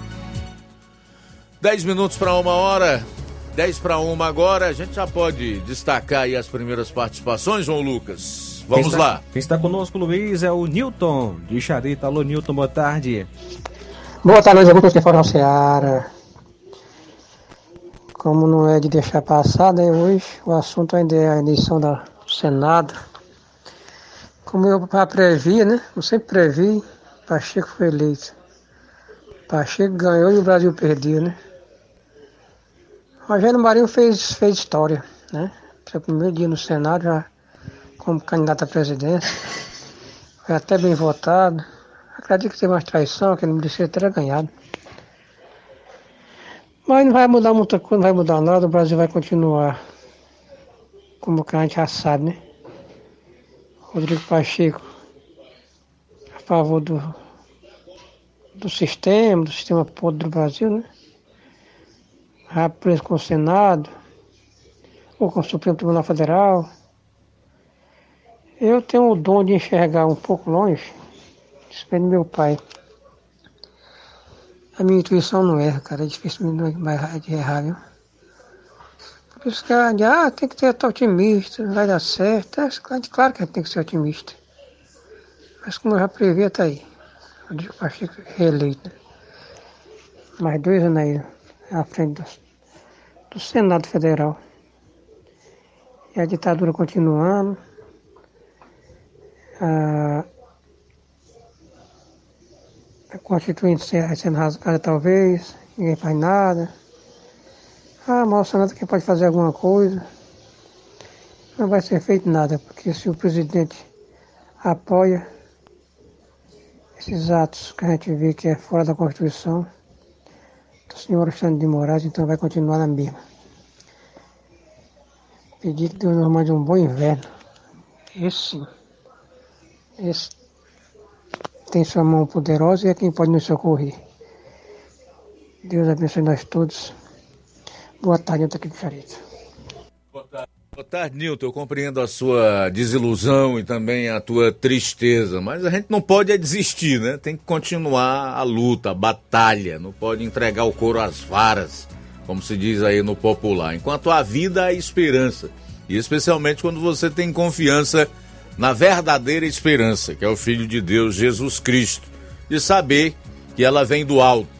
10 minutos para 1h. 10 para 1 agora. A gente já pode destacar aí as primeiras participações, João Lucas. Vamos lá. Quem está conosco, Luiz, é o Nilton de Charita. Alô, Nilton, boa tarde. Boa tarde, Luiz Augusto de Fora Ceará. Como não é de deixar passar, né, hoje o assunto ainda é a eleição do Senado. Como eu previa, né? Eu sempre previ, Pacheco foi eleito. Pacheco ganhou e o Brasil perdeu, né? Rogério Marinho fez história, né? Seu primeiro dia no Senado, já como candidato à presidência. Foi até bem votado. Acredito que teve mais traição, que ele não merecia ter ganhado. Mas não vai mudar muita coisa, não vai mudar nada, o Brasil vai continuar como que a gente já sabe, né? Rodrigo Pacheco a favor do sistema podre do Brasil, né? Já preso com o Senado, ou com o Supremo Tribunal Federal. Eu tenho o dom de enxergar um pouco longe, isso vem do meu pai. A minha intuição não erra, cara, é difícil de errar, viu? Por isso que tem que ser otimista, vai dar certo. Claro que tem que ser otimista. Mas como eu já previ, tá aí. Eu digo que Pacheco reeleito. Mais 2 anos aí, à frente do Senado Federal. E a ditadura continuando. A Constituinte sendo rasgada talvez, ninguém faz nada. Mas o Senado que pode fazer alguma coisa. Não vai ser feito nada, porque se o presidente apoia esses atos que a gente vê que é fora da Constituição, do senhor Alexandre de Moraes, então vai continuar na mesma. Pedir que Deus nos mande um bom inverno. Esse sim. Esse tem sua mão poderosa e é quem pode nos socorrer. Deus abençoe nós todos. Boa tarde, Nilton aqui de Charito. Boa tarde, Nilton. Eu compreendo a sua desilusão e também a tua tristeza, mas a gente não pode desistir, né? Tem que continuar a luta, a batalha, não pode entregar o couro às varas, como se diz aí no popular. Enquanto há vida, há esperança. E especialmente quando você tem confiança na verdadeira esperança, que é o Filho de Deus, Jesus Cristo, de saber que ela vem do alto.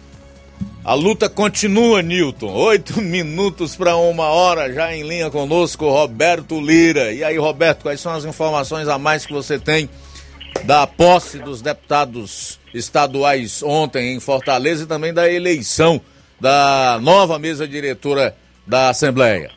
A luta continua, Nilton. 8 minutos para 1h, já em linha conosco, Roberto Lira. E aí, Roberto, quais são as informações a mais que você tem da posse dos deputados estaduais ontem em Fortaleza e também da eleição da nova mesa diretora da Assembleia?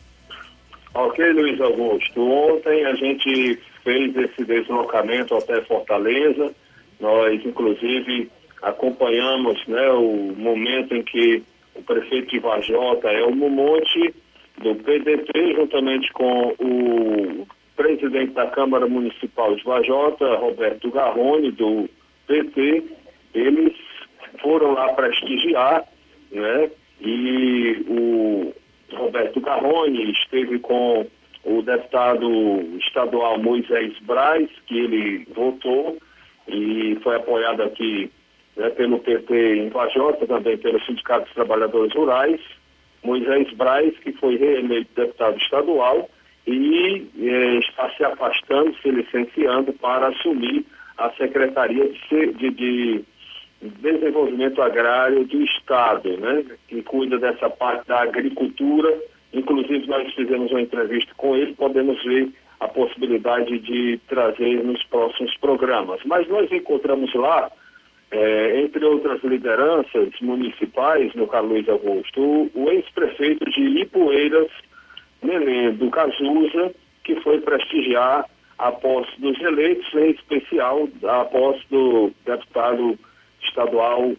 Ok, Luiz Augusto. Ontem a gente fez esse deslocamento até Fortaleza. Nós, inclusive, acompanhamos, né, o momento em que o prefeito de Varjota, Elmo Monte, do PDT, juntamente com o presidente da Câmara Municipal de Varjota, Roberto Garrone, do PT, eles foram lá prestigiar, né, e o Roberto Garrone esteve com o deputado estadual Moisés Braz, que ele votou e foi apoiado aqui, né, pelo PT em Varjota, também pelo Sindicato dos Trabalhadores Rurais. Moisés Braz, que foi reeleito deputado estadual e está se afastando, se licenciando para assumir a Secretaria de Desenvolvimento Agrário do Estado, né, que cuida dessa parte da agricultura. Inclusive, nós fizemos uma entrevista com ele, podemos ver a possibilidade de trazer nos próximos programas. Mas nós encontramos lá, entre outras lideranças municipais, no Carlos Luiz Augusto, o ex-prefeito de Ipueiras, Nenê do Cazuza, que foi prestigiar a posse dos eleitos, em especial a posse do deputado estadual,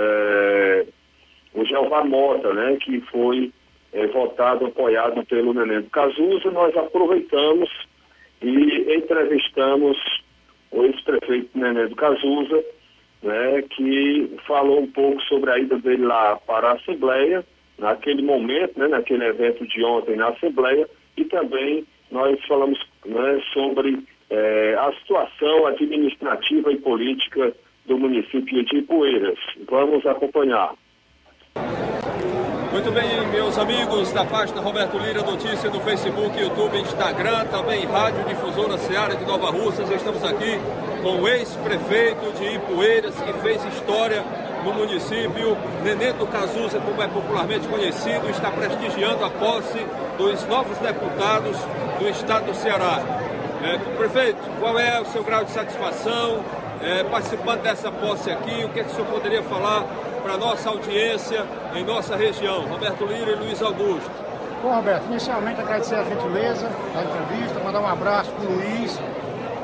o Jeová Mota, né, que foi votado, apoiado pelo Nenê do Cazuza. Nós aproveitamos e entrevistamos o ex-prefeito Nenê do Cazuza, né, que falou um pouco sobre a ida dele lá para a Assembleia, naquele momento, né, naquele evento de ontem na Assembleia, e também nós falamos, né, sobre a situação administrativa e política do município de Ipueiras. Vamos acompanhar. Muito bem, meus amigos da página Roberto Lira Notícia no Facebook, YouTube, Instagram, também Rádio Difusora Seara de Nova Russas. Estamos aqui com o ex-prefeito de Ipueiras, que fez história no município, Nenê do Cazuza, como é popularmente conhecido, está prestigiando a posse dos novos deputados do estado do Ceará. Prefeito, qual é o seu grau de satisfação participando dessa posse aqui? O que é que o senhor poderia falar para a nossa audiência em nossa região? Roberto Lira e Luiz Augusto. Bom, Roberto, inicialmente agradecer a gentileza da entrevista, mandar um abraço para o Luiz,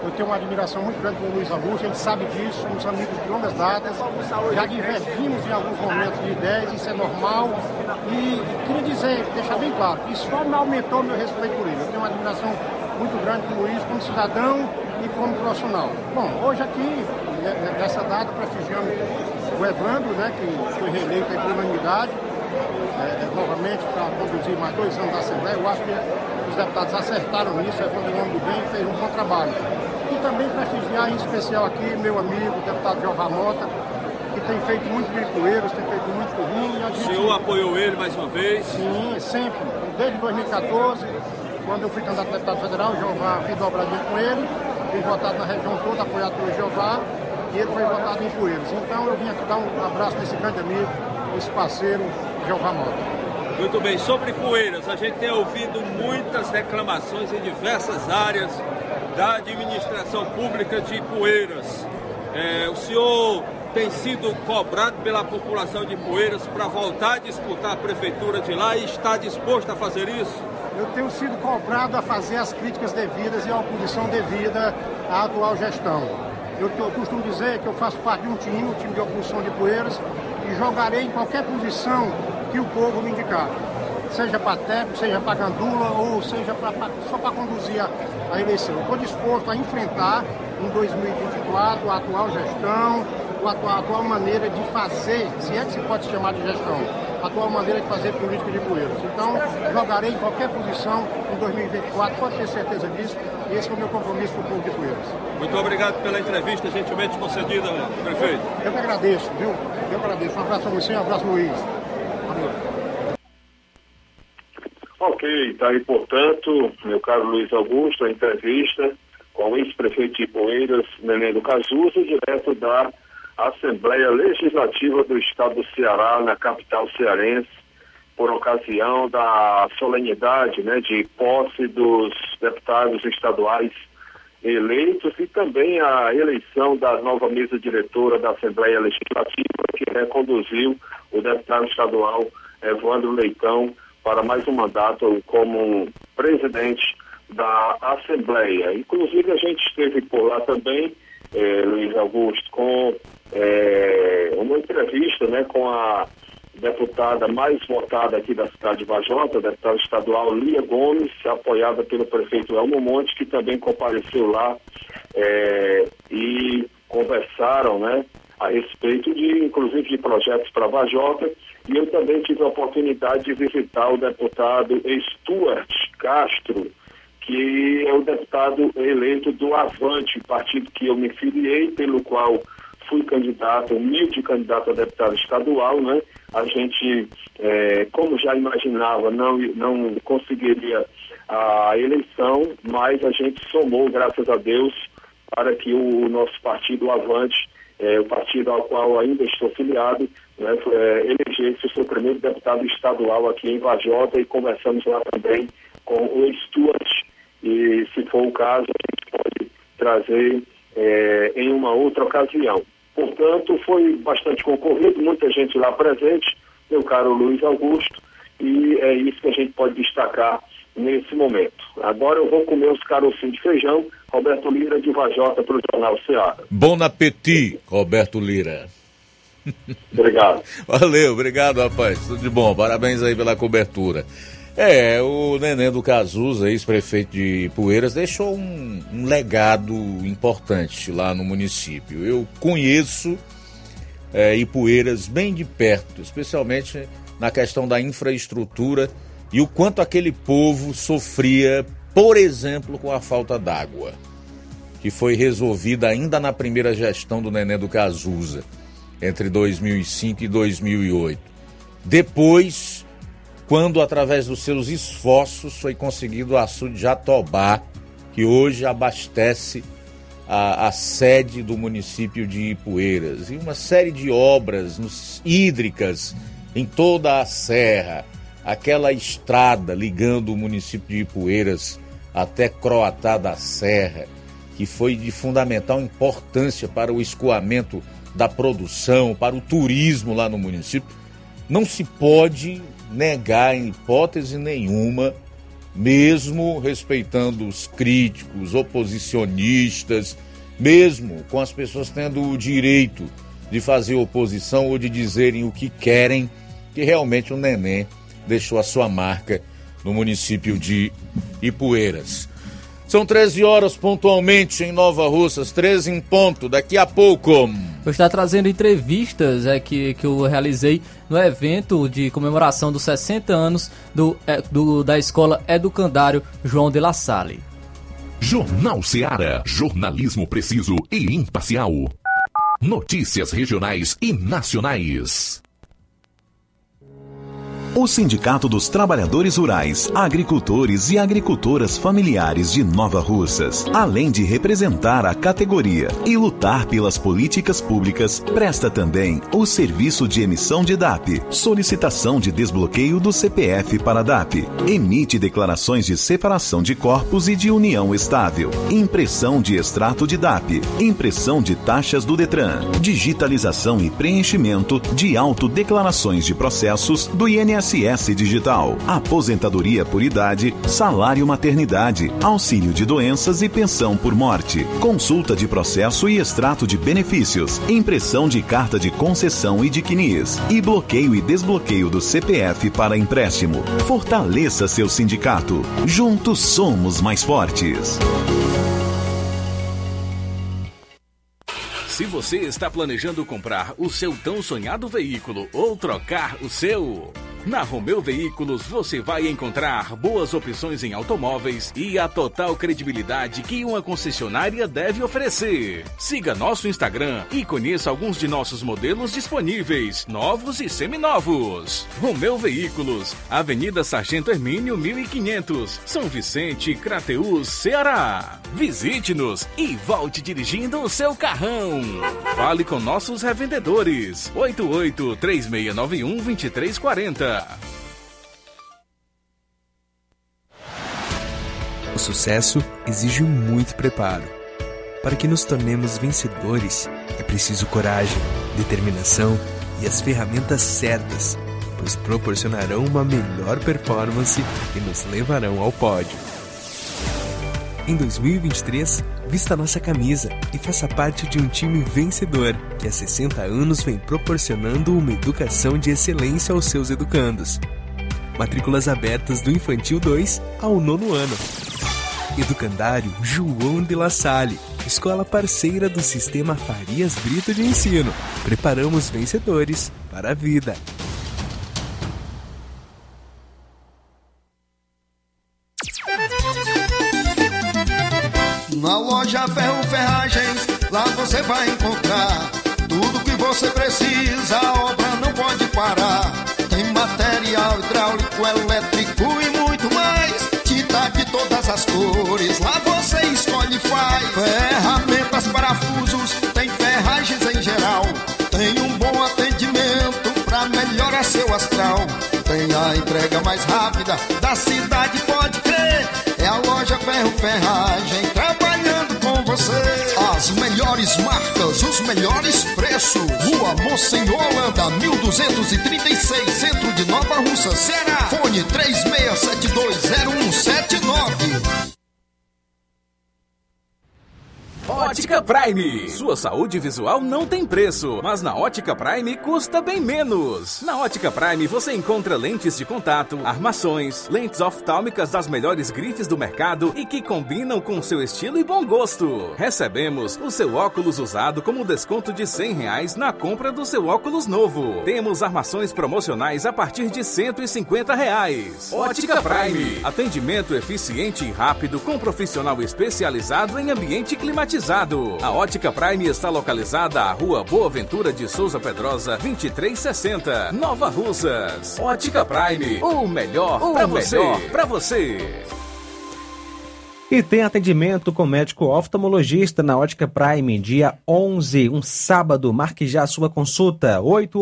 Eu tenho uma admiração muito grande pelo Luiz Augusto, ele sabe disso, somos amigos de longas datas, já divergimos em alguns momentos de ideias, isso é normal. E queria dizer, deixar bem claro, isso só me aumentou o meu respeito por ele. Eu tenho uma admiração muito grande pelo Luiz como cidadão e como profissional. Bom, hoje aqui, nessa data, prestigiamos o Evandro, né, que foi reeleito por unanimidade, novamente para conduzir mais 2 anos da Assembleia. Eu acho que os deputados acertaram nisso, Evandro é um homem do bem, fez um bom trabalho. E também prestigiar em especial aqui meu amigo, o deputado Jeová Mota, que tem feito muito bem Poeiras, tem feito muito por mim. O senhor apoiou ele mais uma vez? Sim, sempre. Desde 2014, quando eu fui candidato a deputado federal, o Jeová fiz dobradinha com ele, fui votado na região toda, apoiado pelo Jeová, e ele foi votado em Poeiras. Então eu vim aqui dar um abraço nesse grande amigo, esse parceiro, Jeová Mota. Muito bem, sobre Poeiras, a gente tem ouvido muitas reclamações em diversas áreas da administração pública de Poeiras. O senhor tem sido cobrado pela população de Poeiras para voltar a disputar a prefeitura de lá e está disposto a fazer isso? Eu tenho sido cobrado a fazer as críticas devidas e a oposição devida à atual gestão. Eu costumo dizer que eu faço parte de um time de oposição de Poeiras, e jogarei em qualquer posição que o povo me indicar. Seja para técnico, seja para gandula, ou seja só para conduzir a eleição. Eu estou disposto a enfrentar em 2024 a atual gestão, a atual maneira de fazer, se é que se pode chamar de gestão, a atual maneira de fazer política de Poeiras. Então, jogarei em qualquer posição em 2024, pode ter certeza disso, e esse é o meu compromisso com o povo de Poeiras. Muito obrigado pela entrevista gentilmente concedida, prefeito. Eu que agradeço, viu? Eu agradeço. Um abraço a você, um abraço, Luiz. Valeu. Ok, tá aí, portanto, meu caro Luiz Augusto, a entrevista com o ex-prefeito de Poeiras, Nenê do Cazuza, direto da Assembleia Legislativa do Estado do Ceará, na capital cearense, por ocasião da solenidade, né, de posse dos deputados estaduais eleitos e também a eleição da nova mesa diretora da Assembleia Legislativa, que conduziu o deputado estadual Evandro Leitão para mais um mandato como presidente da Assembleia. Inclusive a gente esteve por lá também, Luiz Augusto, com uma entrevista, né, com a deputada mais votada aqui da cidade de Vajota, a deputada estadual Lia Gomes, apoiada pelo prefeito Elmo Monte, que também compareceu lá e conversaram, né, a respeito inclusive de projetos para Vajota. E eu também tive a oportunidade de visitar o deputado Stuart Castro, que é o deputado eleito do Avante, partido que eu me filiei, pelo qual fui candidato, humilde candidato a deputado estadual, né? A gente, como já imaginava, não conseguiria a eleição, mas a gente somou, graças a Deus, para que o nosso partido, o Avante, o partido ao qual ainda estou filiado, né, elegesse o seu primeiro deputado estadual aqui em Vajota, e conversamos lá também com o Stuart, e se for o caso, a gente pode trazer em uma outra ocasião. Portanto, foi bastante concorrido, muita gente lá presente, meu caro Luiz Augusto, e é isso que a gente pode destacar nesse momento. Agora eu vou comer os carocinhos de feijão. Roberto Lira, de Vajota, para o Jornal Ceará. Bon appétit, Roberto Lira. Obrigado. Valeu, obrigado, rapaz. Tudo de bom, parabéns aí pela cobertura. O Nenê do Cazuza, ex-prefeito de Poeiras, deixou um legado importante lá no município. Eu conheço Ipueiras bem de perto, especialmente na questão da infraestrutura e o quanto aquele povo sofria, por exemplo, com a falta d'água, que foi resolvida ainda na primeira gestão do Nenê do Cazuza, entre 2005 e 2008. Depois, quando através dos seus esforços foi conseguido o açude de Jatobá, que hoje abastece a sede do município de Ipueiras, e uma série de obras hídricas em toda a serra, aquela estrada ligando o município de Ipueiras até Croatá da Serra, que foi de fundamental importância para o escoamento da produção, para o turismo lá no município. Não se pode negar em hipótese nenhuma mesmo respeitando os críticos, oposicionistas, mesmo com as pessoas tendo o direito de fazer oposição ou de dizerem o que querem, que realmente o Neném deixou a sua marca no município de Ipueiras. São 13 horas pontualmente em Nova Russas, 13 em ponto, daqui a pouco. Eu estou trazendo entrevistas que eu realizei no evento de comemoração dos 60 anos da Escola Educandário João de La Salle. Jornal Ceará, jornalismo preciso e imparcial. Notícias regionais e nacionais. O Sindicato dos Trabalhadores Rurais, Agricultores e Agricultoras Familiares de Nova Russas, além de representar a categoria e lutar pelas políticas públicas, presta também o serviço de emissão de DAP, solicitação de desbloqueio do CPF para DAP, emite declarações de separação de corpos e de união estável, impressão de extrato de DAP, impressão de taxas do Detran, digitalização e preenchimento de autodeclarações de processos do INSS Digital, aposentadoria por idade, salário maternidade, auxílio de doenças e pensão por morte, consulta de processo e extrato de benefícios, impressão de carta de concessão e de CNIS, e bloqueio e desbloqueio do CPF para empréstimo. Fortaleça seu sindicato. Juntos somos mais fortes. Se você está planejando comprar o seu tão sonhado veículo ou trocar o seu, na Romeu Veículos você vai encontrar boas opções em automóveis e a total credibilidade que uma concessionária deve oferecer. Siga nosso Instagram e conheça alguns de nossos modelos disponíveis, novos e seminovos. Romeu Veículos, Avenida Sargento Hermínio 1500, São Vicente, Crateús, Ceará. Visite-nos e volte dirigindo o seu carrão. Fale com nossos revendedores. 88-3691-2340. O sucesso exige muito preparo. Para que nos tornemos vencedores, é preciso coragem, determinação e as ferramentas certas, pois proporcionarão uma melhor performance e nos levarão ao pódio. Em 2023, vista nossa camisa e faça parte de um time vencedor, que há 60 anos vem proporcionando uma educação de excelência aos seus educandos. Matrículas abertas do Infantil 2 ao 9º ano. Educandário João de La Salle, escola parceira do Sistema Farias Brito de Ensino. Preparamos vencedores para a vida. Na loja Ferro Ferragens, lá você vai encontrar tudo que você precisa, a obra não pode parar. Tem material hidráulico, elétrico e muito mais. Tinta de todas as cores, lá você escolhe e faz. Ferramentas, parafusos, tem ferragens em geral. Tem um bom atendimento pra melhorar seu astral. Tem a entrega mais rápida da cidade, pode crer. É a loja Ferro Ferragem trabalhando com você. As melhores marcas, os melhores preços. Rua Monsenhor Holanda, 1236, centro de Nova Russa, Ceará. Fone 36720179. Ótica Prime. Sua saúde visual não tem preço, mas na Ótica Prime custa bem menos. Na Ótica Prime você encontra lentes de contato, armações, lentes oftálmicas das melhores grifes do mercado e que combinam com seu estilo e bom gosto. Recebemos o seu óculos usado como desconto de R$100 na compra do seu óculos novo. Temos armações promocionais a partir de R$150. Ótica Prime. Atendimento eficiente e rápido com profissional especializado em ambiente climatizado. A Ótica Prime está localizada à Rua Boa Ventura de Souza Pedrosa, 2360, Nova Russas. Ótica Prime, o melhor pra você. E tem atendimento com médico oftalmologista na Ótica Prime, dia 11, um sábado. Marque já a sua consulta,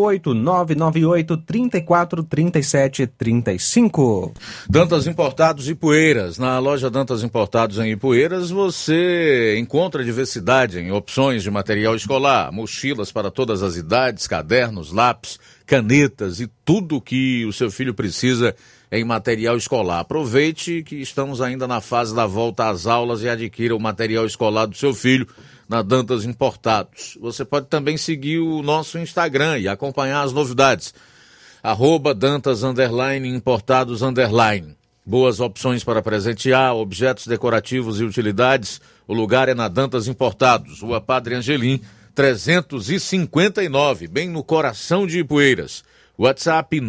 88998-343735. Dantas Importados e Ipueiras. Na loja Dantas Importados em Ipueiras, você encontra diversidade em opções de material escolar, mochilas para todas as idades, cadernos, lápis, canetas e tudo que o seu filho precisa em material escolar. Aproveite que estamos ainda na fase da volta às aulas e adquira o material escolar do seu filho na Dantas Importados. Você pode também seguir o nosso Instagram e acompanhar as novidades. @Dantas_Importados_. Boas opções para presentear, objetos decorativos e utilidades. O lugar é na Dantas Importados, Rua Padre Angelim, 359, bem no coração de Ipueiras. WhatsApp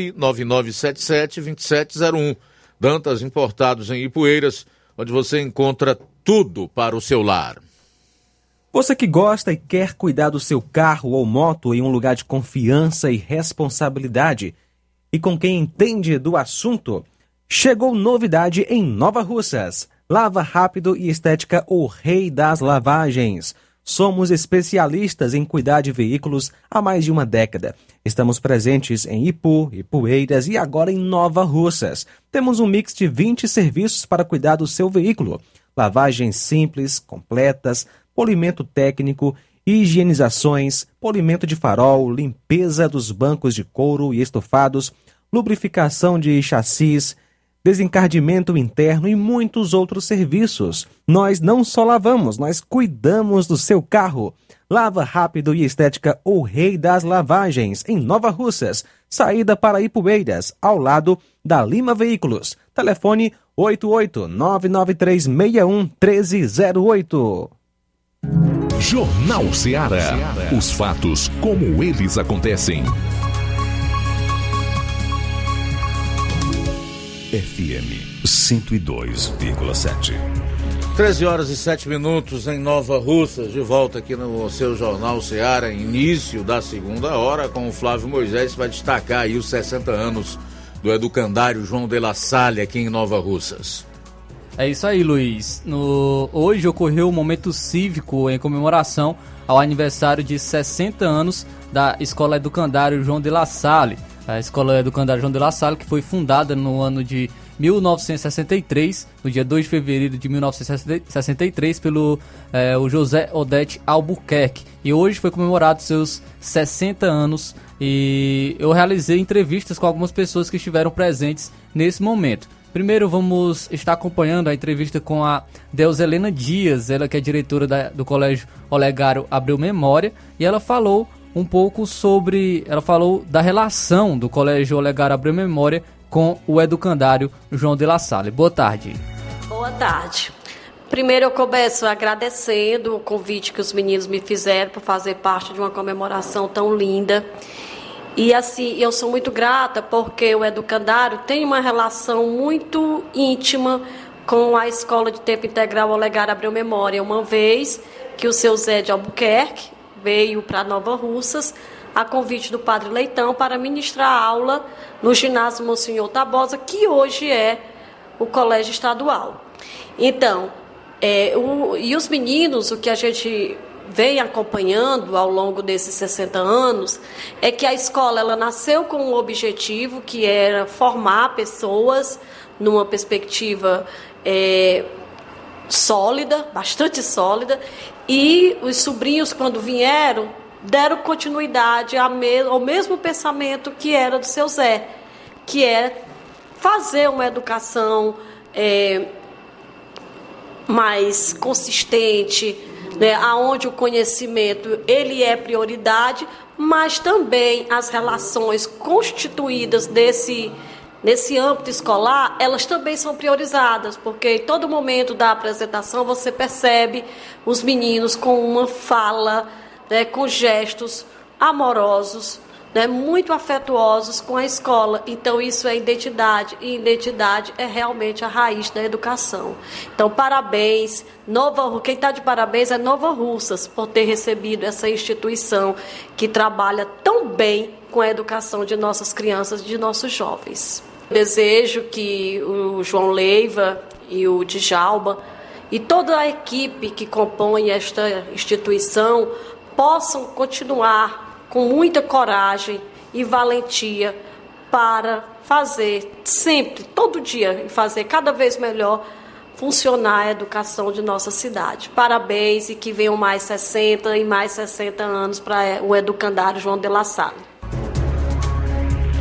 99977-2701. Dantas Importados em Ipueiras, onde você encontra tudo para o seu lar. Você que gosta e quer cuidar do seu carro ou moto em um lugar de confiança e responsabilidade e com quem entende do assunto, chegou novidade em Nova Russas. Lava Rápido e Estética, o rei das lavagens. Somos especialistas em cuidar de veículos há mais de uma década. Estamos presentes em Ipu, Ipueiras e agora em Nova Russas. Temos um mix de 20 serviços para cuidar do seu veículo. Lavagens simples, completas, polimento técnico, higienizações, polimento de farol, limpeza dos bancos de couro e estofados, lubrificação de chassis, desencardimento interno e muitos outros serviços. Nós não só lavamos, nós cuidamos do seu carro. Lava Rápido e Estética, o rei das lavagens, em Nova Russas, saída para Ipueiras, ao lado da Lima Veículos. Telefone 88-99361-1308. Jornal Ceará. Os fatos como eles acontecem. FM 102,7. 13h07 em Nova Russas, de volta aqui no seu Jornal Ceará, início da segunda hora, com o Flávio Moisés, que vai destacar aí os 60 anos do educandário João de La Salle aqui em Nova Russas. É isso aí, Luiz. Hoje ocorreu um momento cívico em comemoração ao aniversário de 60 anos da Escola Educandário João de La Salle. A Escola Educandário João de La Salle, que foi fundada no ano de 1963, no dia 2 de fevereiro de 1963, pelo o José Odete Albuquerque. E hoje foi comemorado seus 60 anos e eu realizei entrevistas com algumas pessoas que estiveram presentes nesse momento. Primeiro vamos estar acompanhando a entrevista com a Deuselena Dias, ela que é diretora do Colégio Olegário Abreu Memória, e ela falou um pouco ela falou da relação do Colégio Olegário Abreu Memória com o educandário João de La Salle. Boa tarde. Boa tarde. Primeiro eu começo agradecendo o convite que os meninos me fizeram por fazer parte de uma comemoração tão linda. E assim, eu sou muito grata porque o educandário tem uma relação muito íntima com a Escola de Tempo Integral Olegário Abreu Memória. Uma vez que o seu Zé de Albuquerque veio para Nova Russas, a convite do Padre Leitão, para ministrar aula no ginásio Monsenhor Tabosa, que hoje é o colégio estadual. Então, e os meninos, o que a gente vem acompanhando ao longo desses 60 anos, é que a escola ela nasceu com um objetivo que era formar pessoas numa perspectiva sólida, bastante sólida, e os sobrinhos, quando vieram, deram continuidade ao mesmo pensamento que era do seu Zé, que é fazer uma educação mais consistente, né, onde o conhecimento ele é prioridade, mas também as relações constituídas nesse âmbito escolar, elas também são priorizadas, porque em todo momento da apresentação você percebe os meninos com uma fala, né, com gestos amorosos, né, muito afetuosos com a escola. Então isso é identidade, e identidade é realmente a raiz da educação. Então parabéns, quem está de parabéns é Nova Russas por ter recebido essa instituição que trabalha tão bem com a educação de nossas crianças e de nossos jovens. Desejo que o João Leiva e o Djalma e toda a equipe que compõe esta instituição possam continuar com muita coragem e valentia para fazer sempre, todo dia, e fazer cada vez melhor funcionar a educação de nossa cidade. Parabéns e que venham mais 60 e mais 60 anos para o educandário João de La Salle.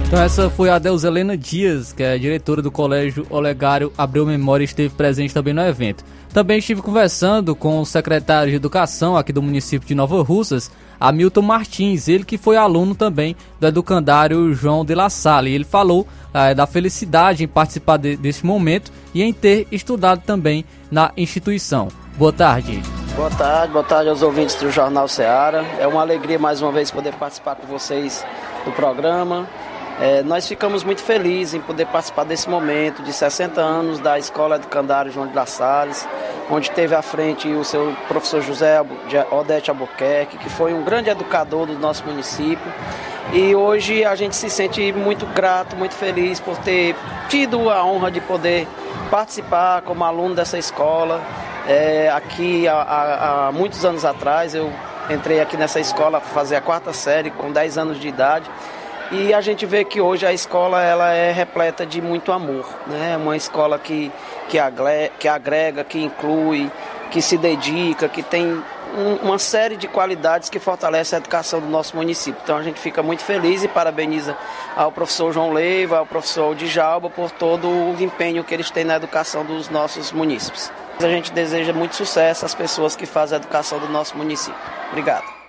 Então essa foi a Deuselena Dias, que é diretora do Colégio Olegário Abreu Memória, e esteve presente também no evento. Também estive conversando com o secretário de Educação aqui do município de Nova Russas, Hamilton Martins, ele que foi aluno também do educandário João de La Salle. Ele falou da felicidade em participar desse momento e em ter estudado também na instituição. Boa tarde. Boa tarde aos ouvintes do Jornal Ceará. É uma alegria mais uma vez poder participar com vocês do programa. Nós ficamos muito felizes em poder participar desse momento de 60 anos da Escola Educandário João de La Salle, onde teve à frente o seu professor José Odete Albuquerque, que foi um grande educador do nosso município. E hoje a gente se sente muito grato, muito feliz por ter tido a honra de poder participar como aluno dessa escola. Aqui há muitos anos atrás eu entrei aqui nessa escola para fazer a 4ª série com 10 anos de idade. E a gente vê que hoje a escola ela é repleta de muito amor, né? Uma escola que agrega, que inclui, que se dedica, que tem uma série de qualidades que fortalece a educação do nosso município. Então a gente fica muito feliz e parabeniza ao professor João Leiva, ao professor Djalma por todo o empenho que eles têm na educação dos nossos munícipes. A gente deseja muito sucesso às pessoas que fazem a educação do nosso município. Obrigado.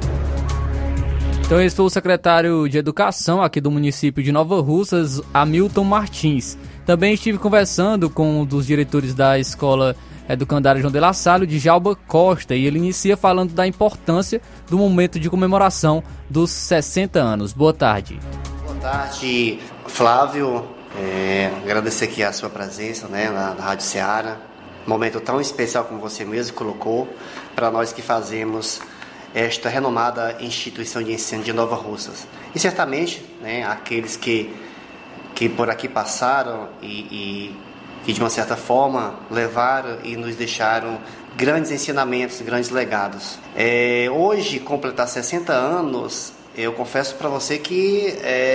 Então esse foi o secretário de Educação aqui do município de Nova Russas, Hamilton Martins. Também estive conversando com um dos diretores da Escola Educandário João de La Salle, de Djalma Costa, e ele inicia falando da importância do momento de comemoração dos 60 anos. Boa tarde. Boa tarde, Flávio. Agradecer aqui a sua presença, né, na Rádio Ceará. Momento tão especial como você mesmo colocou, para nós que fazemos esta renomada instituição de ensino de Nova Russas. E certamente, né, aqueles que por aqui passaram e que de uma certa forma levaram e nos deixaram grandes ensinamentos, grandes legados. Hoje, completar 60 anos, eu confesso para você que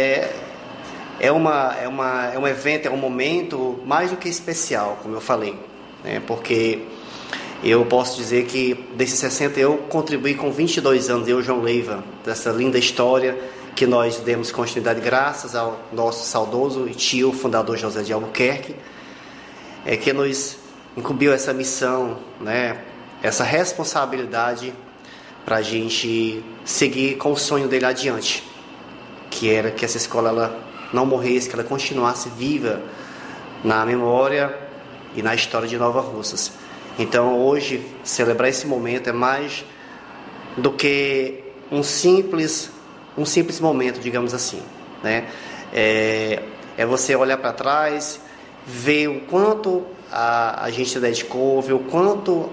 é um evento, é um momento mais do que especial, como eu falei, né, porque eu posso dizer que desses 60 eu contribuí com 22 anos, eu, João Leiva, dessa linda história que nós demos continuidade graças ao nosso saudoso tio, fundador José de Albuquerque, que nos incumbiu essa missão, né, essa responsabilidade para a gente seguir com o sonho dele adiante, que era que essa escola ela não morresse, que ela continuasse viva na memória e na história de Nova Russas. Então hoje celebrar esse momento é mais do que um simples momento, digamos assim, né? É você olhar para trás, ver o quanto a gente se dedicou, ver o quanto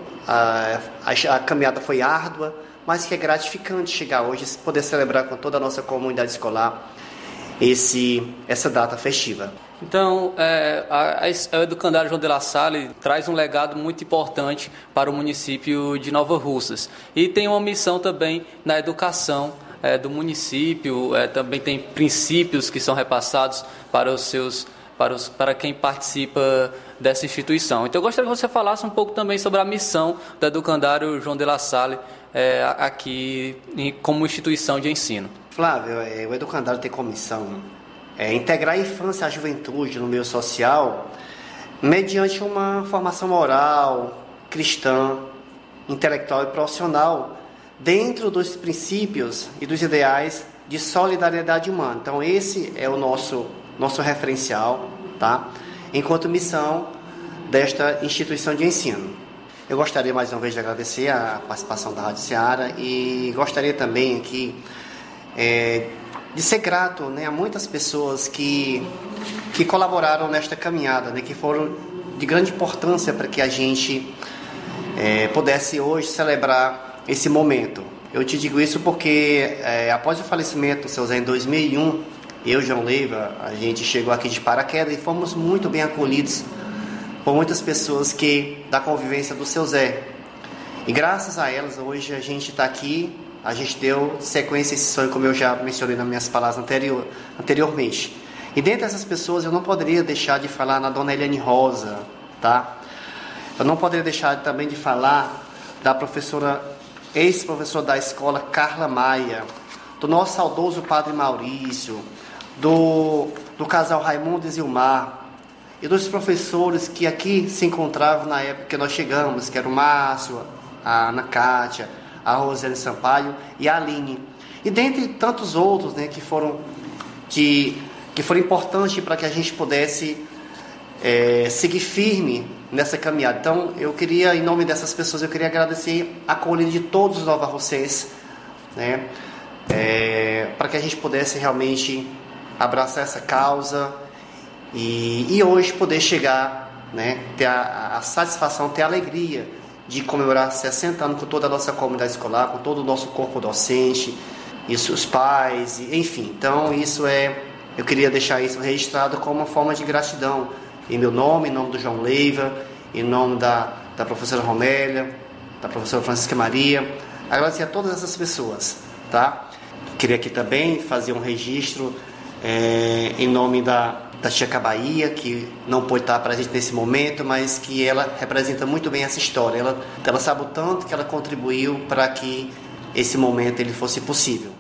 a caminhada foi árdua, mas que é gratificante chegar hoje e poder celebrar com toda a nossa comunidade escolar essa data festiva. Então, o Educandário João de La Salle traz um legado muito importante para o município de Nova Russas. E tem uma missão também na educação do município, também tem princípios que são repassados para quem participa dessa instituição. Então, eu gostaria que você falasse um pouco também sobre a missão do Educandário João de La Salle aqui como instituição de ensino. Flávio, o Educandário tem como missão integrar a infância e a juventude no meio social mediante uma formação moral, cristã, intelectual e profissional dentro dos princípios e dos ideais de solidariedade humana. Então esse é o nosso referencial, tá? Enquanto missão desta instituição de ensino. Eu gostaria mais uma vez de agradecer a participação da Rádio Ceará e gostaria também aqui de ser grato, né, a muitas pessoas que colaboraram nesta caminhada, né, que foram de grande importância para que a gente pudesse hoje celebrar esse momento. Eu te digo isso porque após o falecimento do seu Zé em 2001, eu, João Leiva, a gente chegou aqui de paraquedas e fomos muito bem acolhidos por muitas pessoas da convivência do seu Zé. E graças a elas, hoje a gente está aqui. A gente deu sequência a esse sonho, como eu já mencionei nas minhas palavras anteriormente. E dentre essas pessoas, eu não poderia deixar de falar na dona Eliane Rosa, tá? Eu não poderia deixar também de falar da ex-professora da escola, Carla Maia, do nosso saudoso padre Maurício, do casal Raimundo e Zilmar, e dos professores que aqui se encontravam na época que nós chegamos, que era o Márcio, a Ana Cátia, a Rosane Sampaio e a Aline. E dentre tantos outros, né, que foram importantes para que a gente pudesse seguir firme nessa caminhada. Então, eu queria, em nome dessas pessoas, eu queria agradecer a acolhida de todos os novarrocenses, né, para que a gente pudesse realmente abraçar essa causa e hoje poder chegar, né, ter a satisfação, ter a alegria de comemorar 60 anos com toda a nossa comunidade escolar, com todo o nosso corpo docente, e os pais, enfim. Então, eu queria deixar isso registrado como uma forma de gratidão, em meu nome, em nome do João Leiva, em nome da professora Romélia, da professora Francisca Maria, agradecer a todas essas pessoas, tá? Queria aqui também fazer um registro em nome da tia Cabaía, que não pôde estar presente nesse momento, mas que ela representa muito bem essa história. Ela sabe o tanto que ela contribuiu para que esse momento ele fosse possível.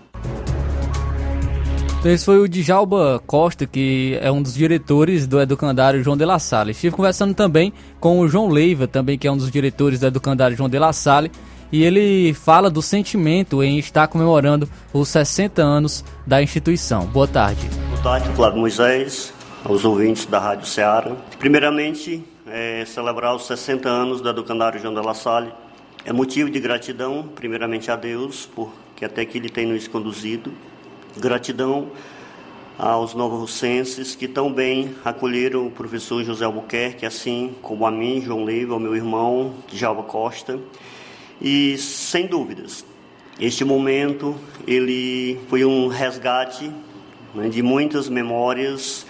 Então esse foi o Djalba Costa, que é um dos diretores do Educandário João de La Salle. Estive conversando também com o João Leiva, também, que é um dos diretores do Educandário João de La Salle, e ele fala do sentimento em estar comemorando os 60 anos da instituição. Boa tarde. Boa tarde, Flávio Moisés, aos ouvintes da Rádio Ceará. Primeiramente, celebrar os 60 anos do Educandário João de La Salle é motivo de gratidão, primeiramente a Deus, porque até aqui Ele tem nos conduzido. Gratidão aos novarrocenses que tão bem acolheram o professor José Albuquerque, assim como a mim, João Leiva, ao meu irmão, Djalba Costa. E, sem dúvidas, este momento ele foi um resgate, né, de muitas memórias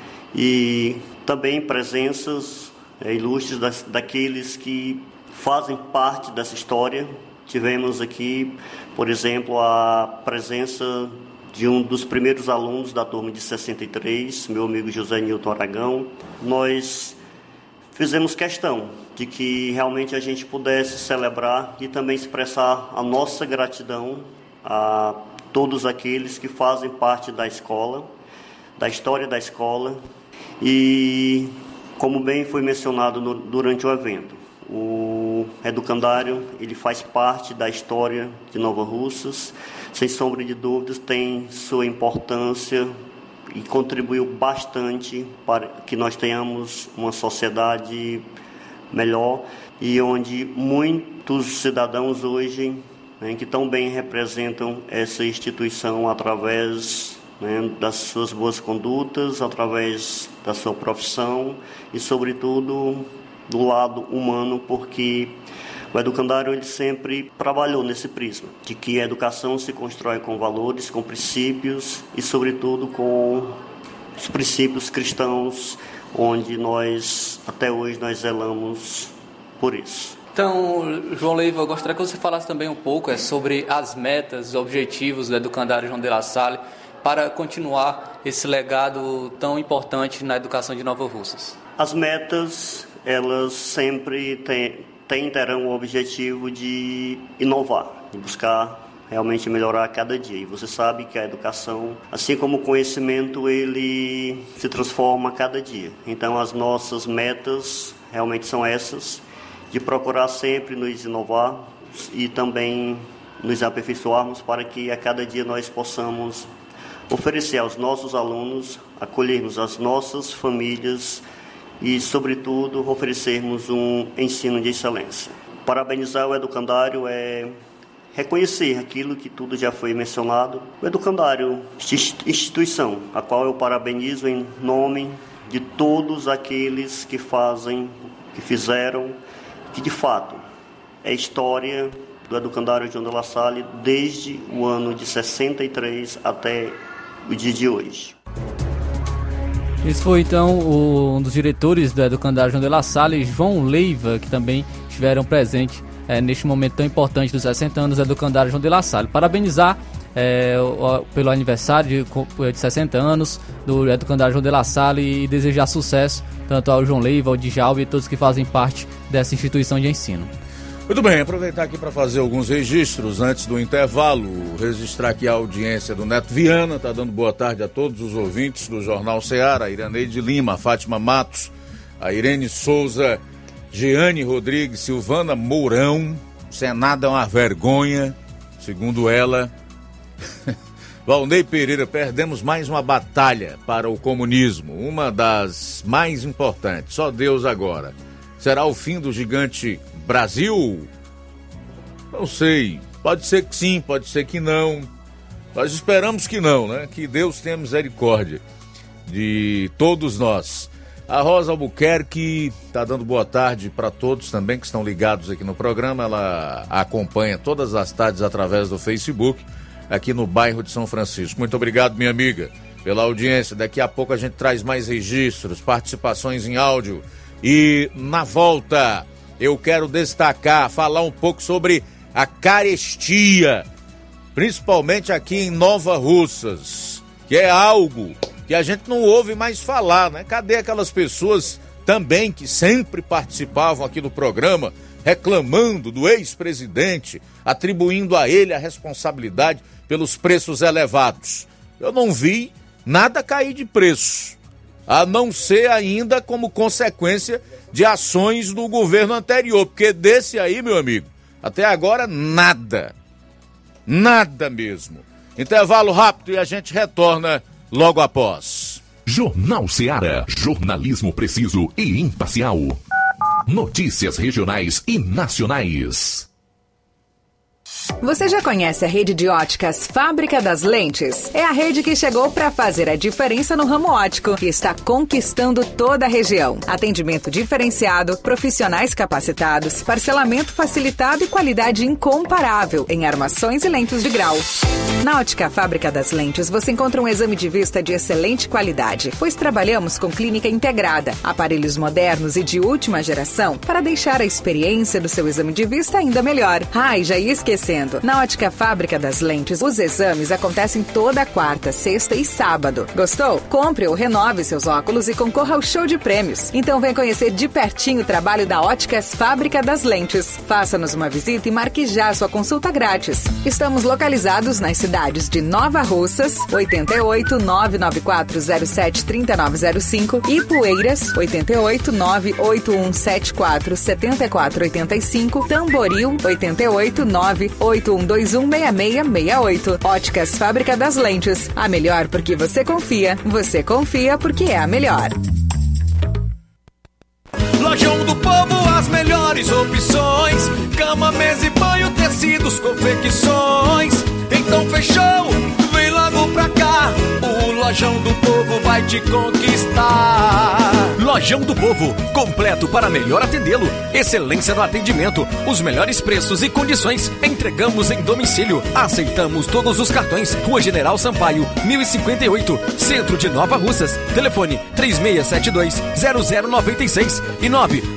e também presenças ilustres daqueles que fazem parte dessa história. Tivemos aqui, por exemplo, a presença de um dos primeiros alunos da turma de 63, meu amigo José Nilton Aragão. Nós fizemos questão de que realmente a gente pudesse celebrar e também expressar a nossa gratidão a todos aqueles que fazem parte da escola, da história da escola. E, como bem foi mencionado durante o evento, o Educandário ele faz parte da história de Nova Russas, sem sombra de dúvidas, tem sua importância e contribuiu bastante para que nós tenhamos uma sociedade melhor e onde muitos cidadãos hoje, né, que tão bem representam essa instituição através, né, das suas boas condutas, através da sua profissão e, sobretudo, do lado humano, porque o Educandário ele sempre trabalhou nesse prisma, de que a educação se constrói com valores, com princípios e, sobretudo, com os princípios cristãos, onde nós, até hoje, nós zelamos por isso. Então, João Leiva, eu gostaria que você falasse também um pouco sobre as metas, os objetivos do Educandário João de La Salle para continuar esse legado tão importante na educação de Nova Russas. As metas, elas sempre terão o objetivo de inovar, de buscar realmente melhorar a cada dia. E você sabe que a educação, assim como o conhecimento, ele se transforma a cada dia. Então, as nossas metas realmente são essas, de procurar sempre nos inovar e também nos aperfeiçoarmos para que a cada dia nós possamos oferecer aos nossos alunos, acolhermos as nossas famílias e, sobretudo, oferecermos um ensino de excelência. Parabenizar o Educandário é reconhecer aquilo que tudo já foi mencionado. O Educandário, instituição, a qual eu parabenizo em nome de todos aqueles que fazem, que fizeram, que de fato é história do Educandário João de La Salle desde o ano de 63 até o dia de hoje. Esse foi então um dos diretores do Educandário João de La Salle, João Leiva, que também estiveram presentes neste momento tão importante dos 60 anos do Educandário João de La Salle. Parabenizar pelo aniversário de 60 anos do Educandário João de La Salle e desejar sucesso tanto ao João Leiva, ao Djalba e todos que fazem parte dessa instituição de ensino. Muito bem, aproveitar aqui para fazer alguns registros antes do intervalo. Registrar aqui a audiência do Neto Viana, tá dando boa tarde a todos os ouvintes do Jornal Ceará, a Iraneide Lima, a Fátima Matos, a Irene Souza, Jeane Rodrigues, Silvana Mourão. Senado é uma vergonha, segundo ela. Valnei Pereira, perdemos mais uma batalha para o comunismo, uma das mais importantes, só Deus agora. Será o fim do gigante Brasil? Não sei, pode ser que sim, pode ser que não. Nós esperamos que não, né? Que Deus tenha misericórdia de todos nós. A Rosa Albuquerque está dando boa tarde para todos também que estão ligados aqui no programa. Ela acompanha todas as tardes através do Facebook, aqui no bairro de São Francisco. Muito obrigado, minha amiga, pela audiência. Daqui a pouco a gente traz mais registros, participações em áudio. E na volta eu quero destacar, falar um pouco sobre a carestia, principalmente aqui em Nova Russas, que é algo que a gente não ouve mais falar, né? Cadê aquelas pessoas também que sempre participavam aqui do programa, reclamando do ex-presidente, atribuindo a ele a responsabilidade pelos preços elevados? Eu não vi nada cair de preço, a não ser ainda como consequência de ações do governo anterior, porque desse aí, meu amigo, até agora nada mesmo. Intervalo rápido e a gente retorna logo após. Jornal Ceará, jornalismo preciso e imparcial. Notícias regionais e nacionais. Você já conhece a rede de óticas Fábrica das Lentes? É a rede que chegou para fazer a diferença no ramo óptico e está conquistando toda a região. Atendimento diferenciado, profissionais capacitados, parcelamento facilitado e qualidade incomparável em armações e lentes de grau. Na Ótica Fábrica das Lentes você encontra um exame de vista de excelente qualidade, pois trabalhamos com clínica integrada, aparelhos modernos e de última geração para deixar a experiência do seu exame de vista ainda melhor. E já ia esquecendo. Na Ótica Fábrica das Lentes, os exames acontecem toda quarta, sexta e sábado. Gostou? Compre ou renove seus óculos e concorra ao show de prêmios. Então vem conhecer de pertinho o trabalho da Óticas Fábrica das Lentes. Faça-nos uma visita e marque já sua consulta grátis. Estamos localizados nas cidades de Nova Russas, 88 99407 3905, Ipueiras, 88 98174 7485, Tamboril, 88 981216668. Óticas Fábrica das Lentes. A melhor porque você confia porque é a melhor. Lojão do Povo, as melhores opções: cama, mesa e banho, tecidos, confecções. Então fechou, vem logo pra cá, o Lojão do Povo vai te conquistar. Lojão do Povo, completo para melhor atendê-lo. Excelência no atendimento, os melhores preços e condições. Entregamos em domicílio, aceitamos todos os cartões. Rua General Sampaio, 1058, Centro de Nova Russas. Telefone 3672-0096 e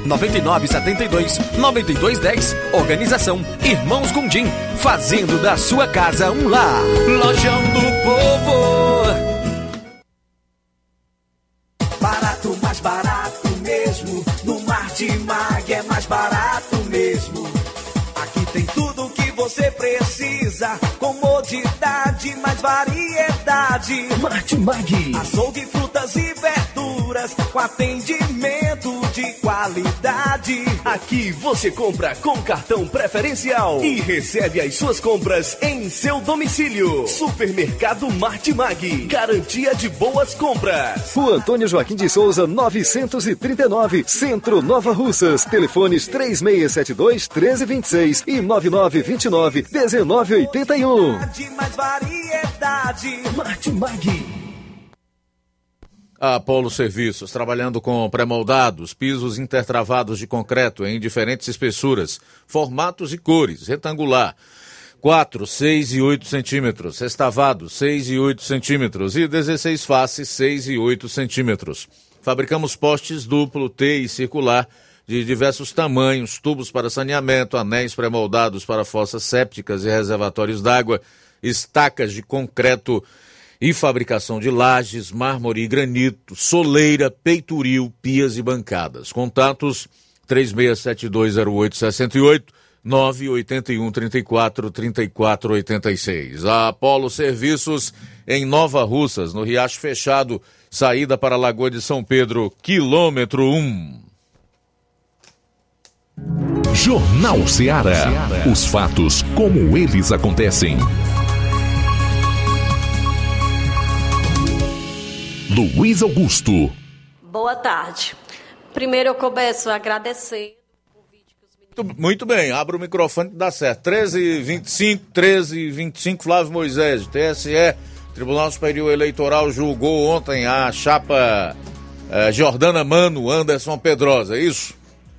99972-9210. Organização Irmãos Gondim, fazendo da sua casa um lar. Lojão do Povo. Barato, mais barato mesmo. No Martimag é mais barato mesmo. Aqui tem tudo o que você precisa. Comodidade, mais variedade. Martimag. Açougue, frutas e verduras com atendimento de qualidade. Aqui você compra com cartão preferencial e recebe as suas compras em seu domicílio. Supermercado Martimag, garantia de boas compras. Rua Antônio Joaquim de Souza, 939, Centro, Nova Russas. Telefones 3672-1326 e 9929-1981. Mais variedade. Martimag. A Apolo Serviços, trabalhando com pré-moldados, pisos intertravados de concreto em diferentes espessuras, formatos e cores, retangular, 4, 6 e 8 centímetros, sextavado, 6 e 8 centímetros e 16 faces, 6 e 8 centímetros. Fabricamos postes duplo, T e circular, de diversos tamanhos, tubos para saneamento, anéis pré-moldados para fossas sépticas e reservatórios d'água, estacas de concreto e fabricação de lajes, mármore e granito, soleira, peitoril, pias e bancadas. Contatos 36720868, 981 34 34 86. A Apolo Serviços em Nova Russas, no Riacho Fechado, saída para a Lagoa de São Pedro, quilômetro 1. Jornal Ceará. Os fatos como eles acontecem. Luiz Augusto. Boa tarde. Primeiro eu começo a agradecer. Muito bem, abre o microfone que dá certo. 13h25, Flávio Moisés, TSE, Tribunal Superior Eleitoral, julgou ontem a chapa Jordana Mano, Anderson Pedrosa, é isso?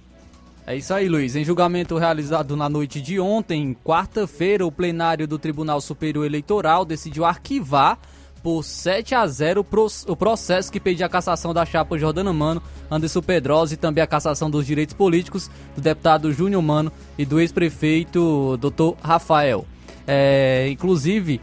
É isso aí, Luiz. Em julgamento realizado na noite de ontem, quarta-feira, o plenário do Tribunal Superior Eleitoral decidiu arquivar por 7-0 o processo que pedia a cassação da chapa Jordana Mano, Anderson Pedrosa, e também a cassação dos direitos políticos do deputado Júnior Mano e do ex-prefeito Dr. Rafael. Inclusive,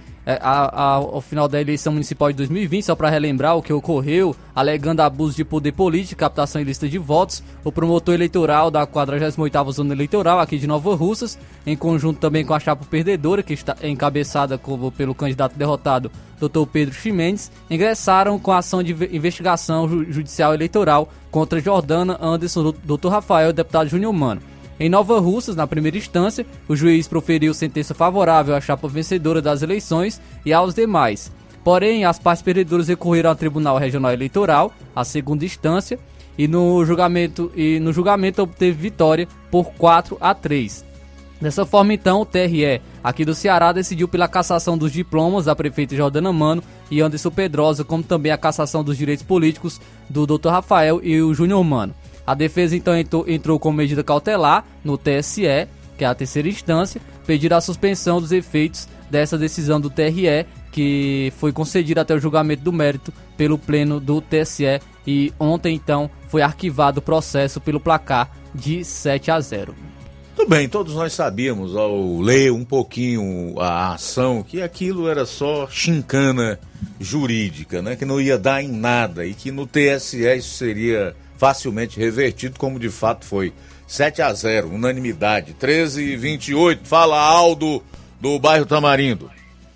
ao final da eleição municipal de 2020, só para relembrar o que ocorreu, alegando abuso de poder político, captação ilícita de votos, o promotor eleitoral da 48ª Zona Eleitoral aqui de Nova Russas, em conjunto também com a chapa perdedora, que está encabeçada pelo candidato derrotado, Dr. Pedro Ximenes, ingressaram com a ação de investigação judicial eleitoral contra Jordana, Anderson, Dr. Rafael e o deputado Júnior Mano. Em Nova Russas, na primeira instância, o juiz proferiu sentença favorável à chapa vencedora das eleições e aos demais. Porém, as partes perdedoras recorreram ao Tribunal Regional Eleitoral, a segunda instância, e no julgamento obteve vitória por 4-3. Dessa forma, então, o TRE aqui do Ceará decidiu pela cassação dos diplomas da prefeita Jordana Mano e Anderson Pedrosa, como também a cassação dos direitos políticos do Dr. Rafael e o Júnior Mano. A defesa, então, entrou com medida cautelar no TSE, que é a terceira instância, pedir a suspensão dos efeitos dessa decisão do TRE, que foi concedida até o julgamento do mérito pelo pleno do TSE, e ontem, então, foi arquivado o processo pelo placar de 7-0. Tudo bem, todos nós sabíamos, ao ler um pouquinho a ação, que aquilo era só chincana jurídica, né? Que não ia dar em nada, e que no TSE isso seria facilmente revertido, como de fato foi. 7-0, unanimidade. 13h28, fala Aldo, do bairro Tamarindo.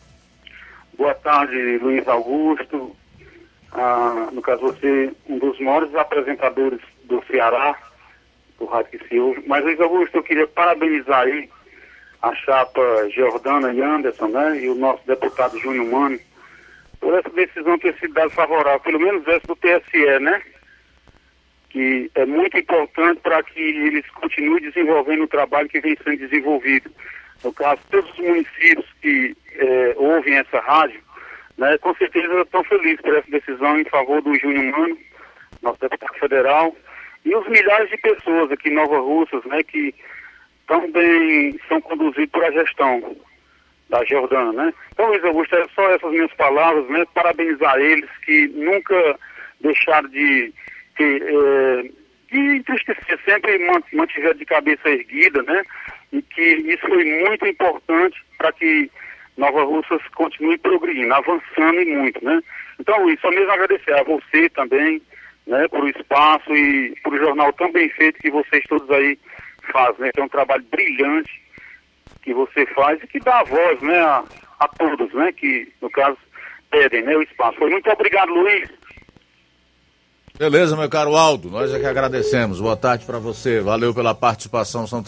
Boa tarde, Luiz Augusto. No caso, você, um dos maiores apresentadores do Ceará, do rádio que se ouve. Mas, Luiz Augusto, eu queria parabenizar aí a chapa Jordana e Anderson, né, e o nosso deputado Júnior Mano, por essa decisão ter sido dada favorável, pelo menos essa do TSE, né, que é muito importante para que eles continuem desenvolvendo o trabalho que vem sendo desenvolvido. No caso, todos os municípios que ouvem essa rádio, né, com certeza estão felizes por essa decisão em favor do Júnior Mano, nosso deputado federal, e os milhares de pessoas aqui em Nova Russas, né, que também são conduzidos por a gestão da Jordana, né. Então, Luiz Augusto, é só essas minhas palavras, né, parabenizar eles que nunca deixaram de entristecer, sempre mantiver de cabeça erguida, né? E que isso foi muito importante para que Nova Russas continue progredindo, avançando e muito, né? Então, Luiz, só mesmo agradecer a você também, né, por o espaço e por o jornal tão bem feito que vocês todos aí fazem, né? Que é um trabalho brilhante que você faz e que dá a voz, né, a todos, né, que, no caso, pedem, né, o espaço. Muito obrigado, Luiz. Beleza, meu caro Aldo, nós é que agradecemos. Boa tarde para você, valeu pela participação. São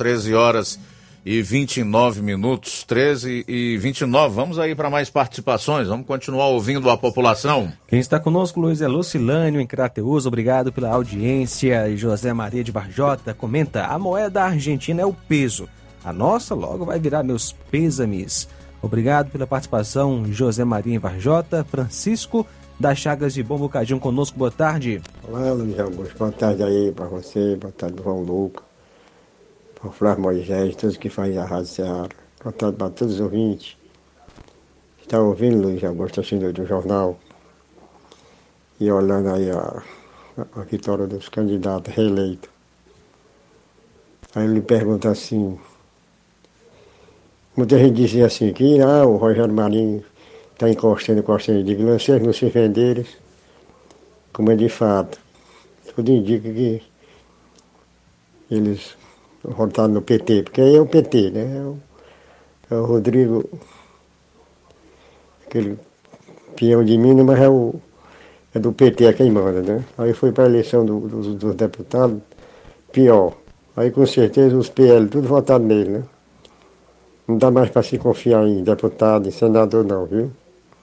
13h29, 13h29. Vamos aí para mais participações, vamos continuar ouvindo a população. Quem está conosco, Luiz, é Lucilânio, em Crateús. Obrigado pela audiência. E José Maria de Varjota comenta: a moeda argentina é o peso, a nossa logo vai virar meus pêsames. Obrigado pela participação, José Maria em Varjota. Francisco das Chagas de Bom Bocadinho conosco, boa tarde. Olá, Luiz Augusto, boa tarde aí para você, boa tarde, João Lucas, para o Flávio Moisés, todos que fazem a Rádio Ceará, boa tarde para todos os ouvintes. Está ouvindo, Luiz Augusto, assim, do jornal, e olhando aí a vitória dos candidatos reeleitos. Aí ele pergunta assim, muita gente dizia assim, que o Rogério Marinho está encostando, eu digo, vocês não se venderem, como é de fato. Tudo indica que eles votar no PT, porque aí é o PT, né? É o Rodrigo, aquele peão de Minas, mas é do PT, é quem manda, né? Aí foi para a eleição dos deputados, pior. Aí com certeza os PL tudo votaram nele, né? Não dá mais para se confiar em deputado, em senador não, viu?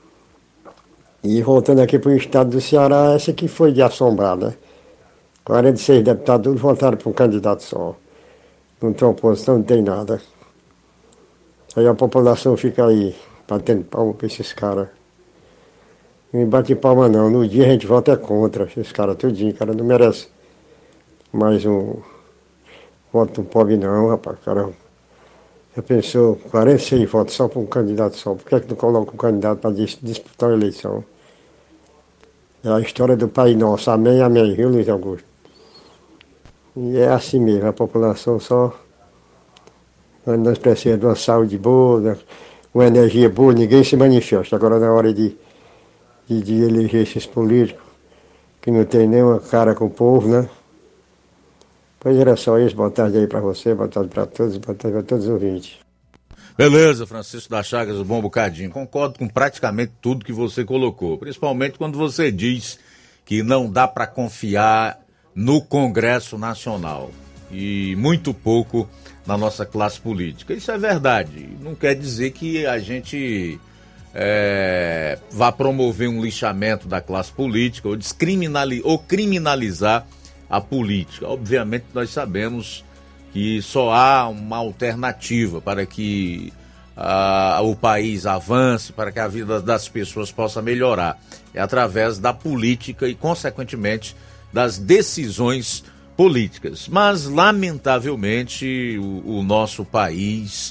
E voltando aqui para o estado do Ceará, essa que foi de assombrar, né? 46 deputados todos votaram para um candidato só. Não tem oposição, não tem nada. Aí a população fica aí, batendo palma para esses caras. Não bate palma não, no dia a gente vota contra esses caras tudinho, cara não merece mais um voto do pobre não, rapaz, cara. Já pensou, 46 votos só para um candidato só, por que é que não coloca um candidato para disputar a eleição? É a história do Pai Nosso, amém, amém, viu, Luiz Augusto? E é assim mesmo, a população só, quando nós precisamos de uma saúde boa, uma energia boa, ninguém se manifesta. Agora na hora de eleger esses políticos, que não tem nenhuma cara com o povo, né? Pois era só isso, boa tarde aí para você, boa tarde para todos, boa tarde para todos os ouvintes. Beleza, Francisco das Chagas, um bom bocadinho. Concordo com praticamente tudo que você colocou, principalmente quando você diz que não dá para confiar no Congresso Nacional e muito pouco na nossa classe política. Isso é verdade, não quer dizer que a gente vá promover um lixamento da classe política ou criminalizar a política. Obviamente nós sabemos que só há uma alternativa para que o país avance, para que a vida das pessoas possa melhorar. É através da política e, consequentemente, das decisões políticas. Mas, lamentavelmente, o nosso país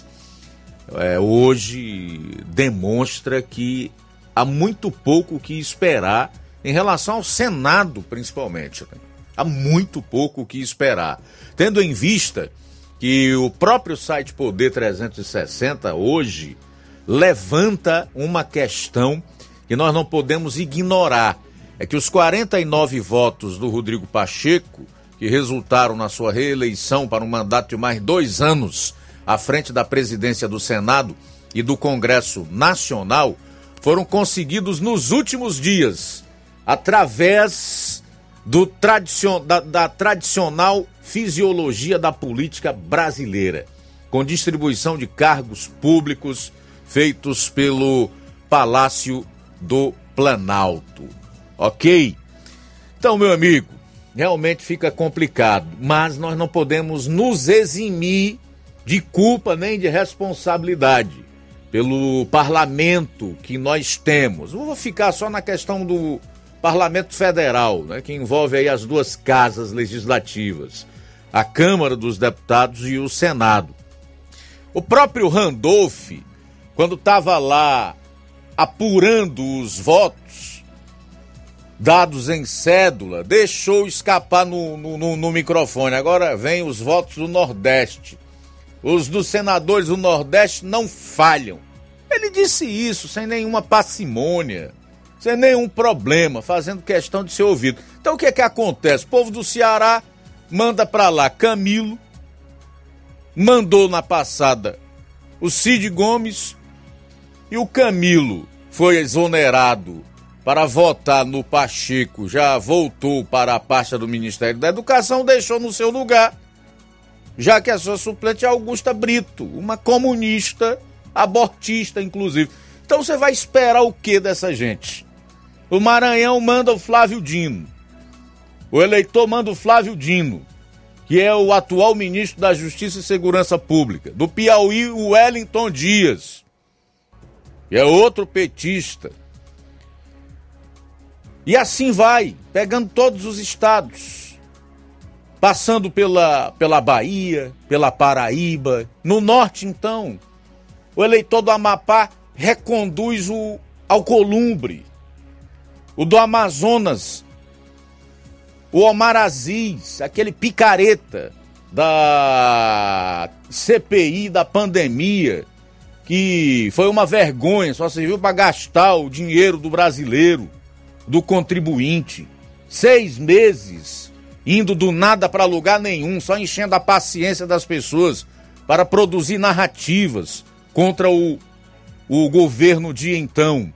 hoje demonstra que há muito pouco o que esperar em relação ao Senado, principalmente, né? Há muito pouco o que esperar. Tendo em vista que o próprio site Poder 360 hoje levanta uma questão que nós não podemos ignorar. É que os 49 votos do Rodrigo Pacheco, que resultaram na sua reeleição para um mandato de mais 2 anos à frente da presidência do Senado e do Congresso Nacional, foram conseguidos nos últimos dias, através da tradicional fisiologia da política brasileira, com distribuição de cargos públicos feitos pelo Palácio do Planalto. Ok? Então, meu amigo, realmente fica complicado, mas nós não podemos nos eximir de culpa nem de responsabilidade pelo parlamento que nós temos. Não vou ficar só na questão do Parlamento Federal, né, que envolve aí as 2 casas legislativas, a Câmara dos Deputados e o Senado. O próprio Randolph, quando estava lá apurando os votos dados em cédula, deixou escapar no microfone. Agora vem os votos do Nordeste. Os dos senadores do Nordeste não falham. Ele disse isso sem nenhuma parcimônia, sem nenhum problema, fazendo questão de ser ouvido. Então o que é que acontece? O povo do Ceará manda para lá Camilo, mandou na passada o Cid Gomes, e o Camilo foi exonerado para votar no Pacheco, já voltou para a pasta do Ministério da Educação, deixou no seu lugar, já que a sua suplente é Augusta Brito, uma comunista, abortista inclusive. Então você vai esperar o que dessa gente? O Maranhão manda o Flávio Dino. O eleitor manda o Flávio Dino, que é o atual ministro da Justiça e Segurança Pública. Do Piauí, o Wellington Dias, que é outro petista. E assim vai, pegando todos os estados, passando pela Bahia, pela Paraíba. No norte, então, o eleitor do Amapá reconduz o Alcolumbre. O do Amazonas, o Omar Aziz, aquele picareta da CPI da pandemia, que foi uma vergonha, só serviu para gastar o dinheiro do brasileiro, do contribuinte. 6 meses indo do nada para lugar nenhum, só enchendo a paciência das pessoas para produzir narrativas contra o governo de então.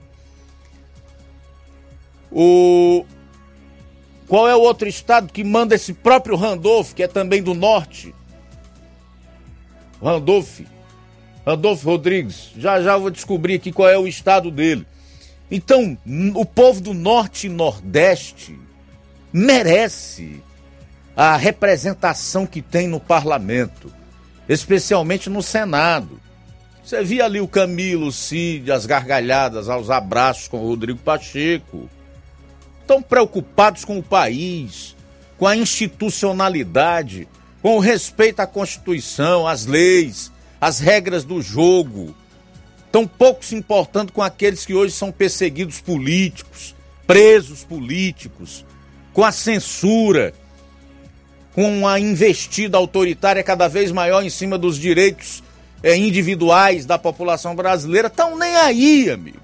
Qual é o outro estado que manda esse próprio Randolph, que é também do norte? Randolph Rodrigues. Já eu vou descobrir aqui qual é o estado dele. Então, o povo do norte e nordeste merece a representação que tem no parlamento, especialmente no Senado. Você via ali o Camilo, o Cid, as gargalhadas, aos abraços com o Rodrigo Pacheco. Estão preocupados com o país, com a institucionalidade, com o respeito à Constituição, às leis, às regras do jogo. Estão pouco se importando com aqueles que hoje são perseguidos políticos, presos políticos, com a censura, com a investida autoritária cada vez maior em cima dos direitos individuais da população brasileira. Estão nem aí, amigo.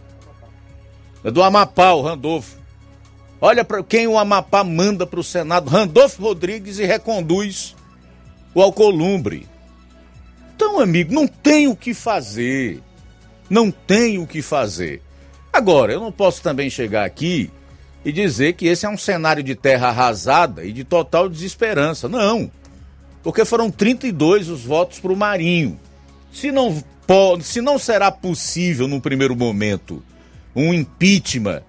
É do Amapá, o Randolfo. Olha para quem o Amapá manda para o Senado, Randolfo Rodrigues, e reconduz o Alcolumbre. Então, amigo, não tem o que fazer. Não tem o que fazer. Agora, eu não posso também chegar aqui e dizer que esse é um cenário de terra arrasada e de total desesperança. Não, porque foram 32 os votos para o Marinho. Se não será possível, num primeiro momento, um impeachment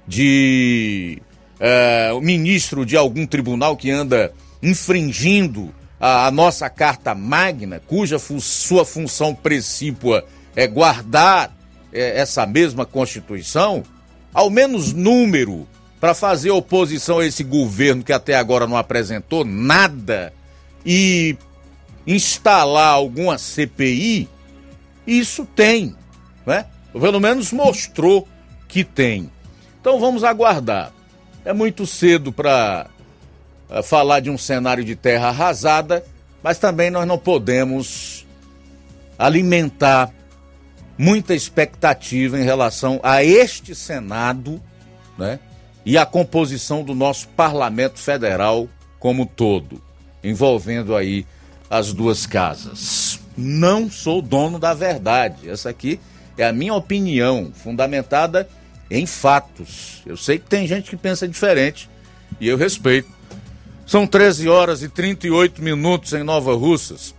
de ministro de algum tribunal que anda infringindo a nossa Carta Magna, cuja sua função precípua é guardar essa mesma Constituição, ao menos número para fazer oposição a esse governo que até agora não apresentou nada e instalar alguma CPI, isso tem, né? Pelo menos mostrou que tem. Então vamos aguardar. É muito cedo para falar de um cenário de terra arrasada, mas também nós não podemos alimentar muita expectativa em relação a este Senado, né? E a composição do nosso Parlamento Federal como todo, envolvendo aí as duas casas. Não sou dono da verdade. Essa aqui é a minha opinião, fundamentada em fatos. Eu sei que tem gente que pensa diferente e eu respeito. São 13 horas e 38 minutos em Nova Russas.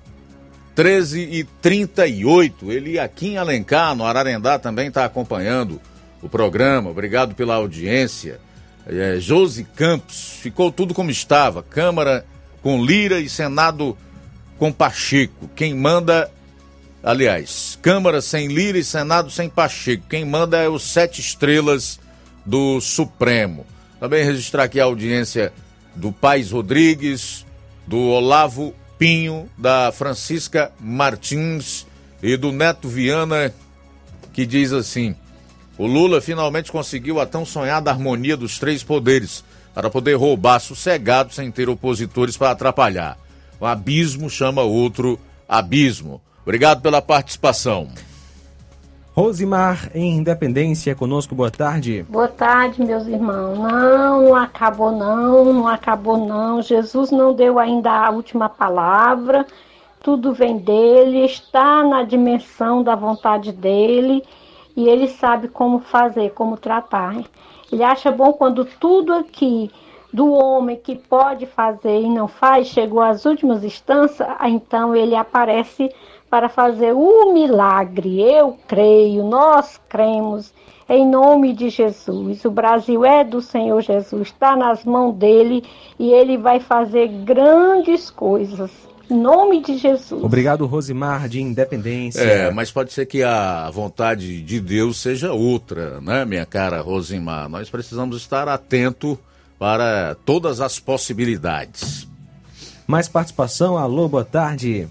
13h38. Ele aqui em Alencar, no Ararendá, também está acompanhando o programa. Obrigado pela audiência. Josi Campos, ficou tudo como estava. Câmara com Lira e Senado com Pacheco. Quem manda... Aliás, Câmara sem Lira e Senado sem Pacheco. Quem manda é os 7 estrelas do Supremo. Também registrar aqui a audiência do Paes Rodrigues, do Olavo Pinho, da Francisca Martins e do Neto Viana, que diz assim: o Lula finalmente conseguiu a tão sonhada harmonia dos 3 poderes para poder roubar sossegado sem ter opositores para atrapalhar. Um abismo chama outro abismo. Obrigado pela participação. Rosimar, em Independência, conosco, boa tarde. Boa tarde, meus irmãos. Não acabou não. Jesus não deu ainda a última palavra. Tudo vem dele, está na dimensão da vontade dele e ele sabe como fazer, como tratar. Ele acha bom quando tudo aqui do homem que pode fazer e não faz, chegou às últimas instâncias, então ele aparece para fazer o milagre. Eu creio, nós cremos, em nome de Jesus. O Brasil é do Senhor Jesus, está nas mãos dele e ele vai fazer grandes coisas. Em nome de Jesus. Obrigado, Rosimar, de Independência. Mas pode ser que a vontade de Deus seja outra, né, minha cara Rosimar? Nós precisamos estar atento para todas as possibilidades. Mais participação, alô, boa tarde.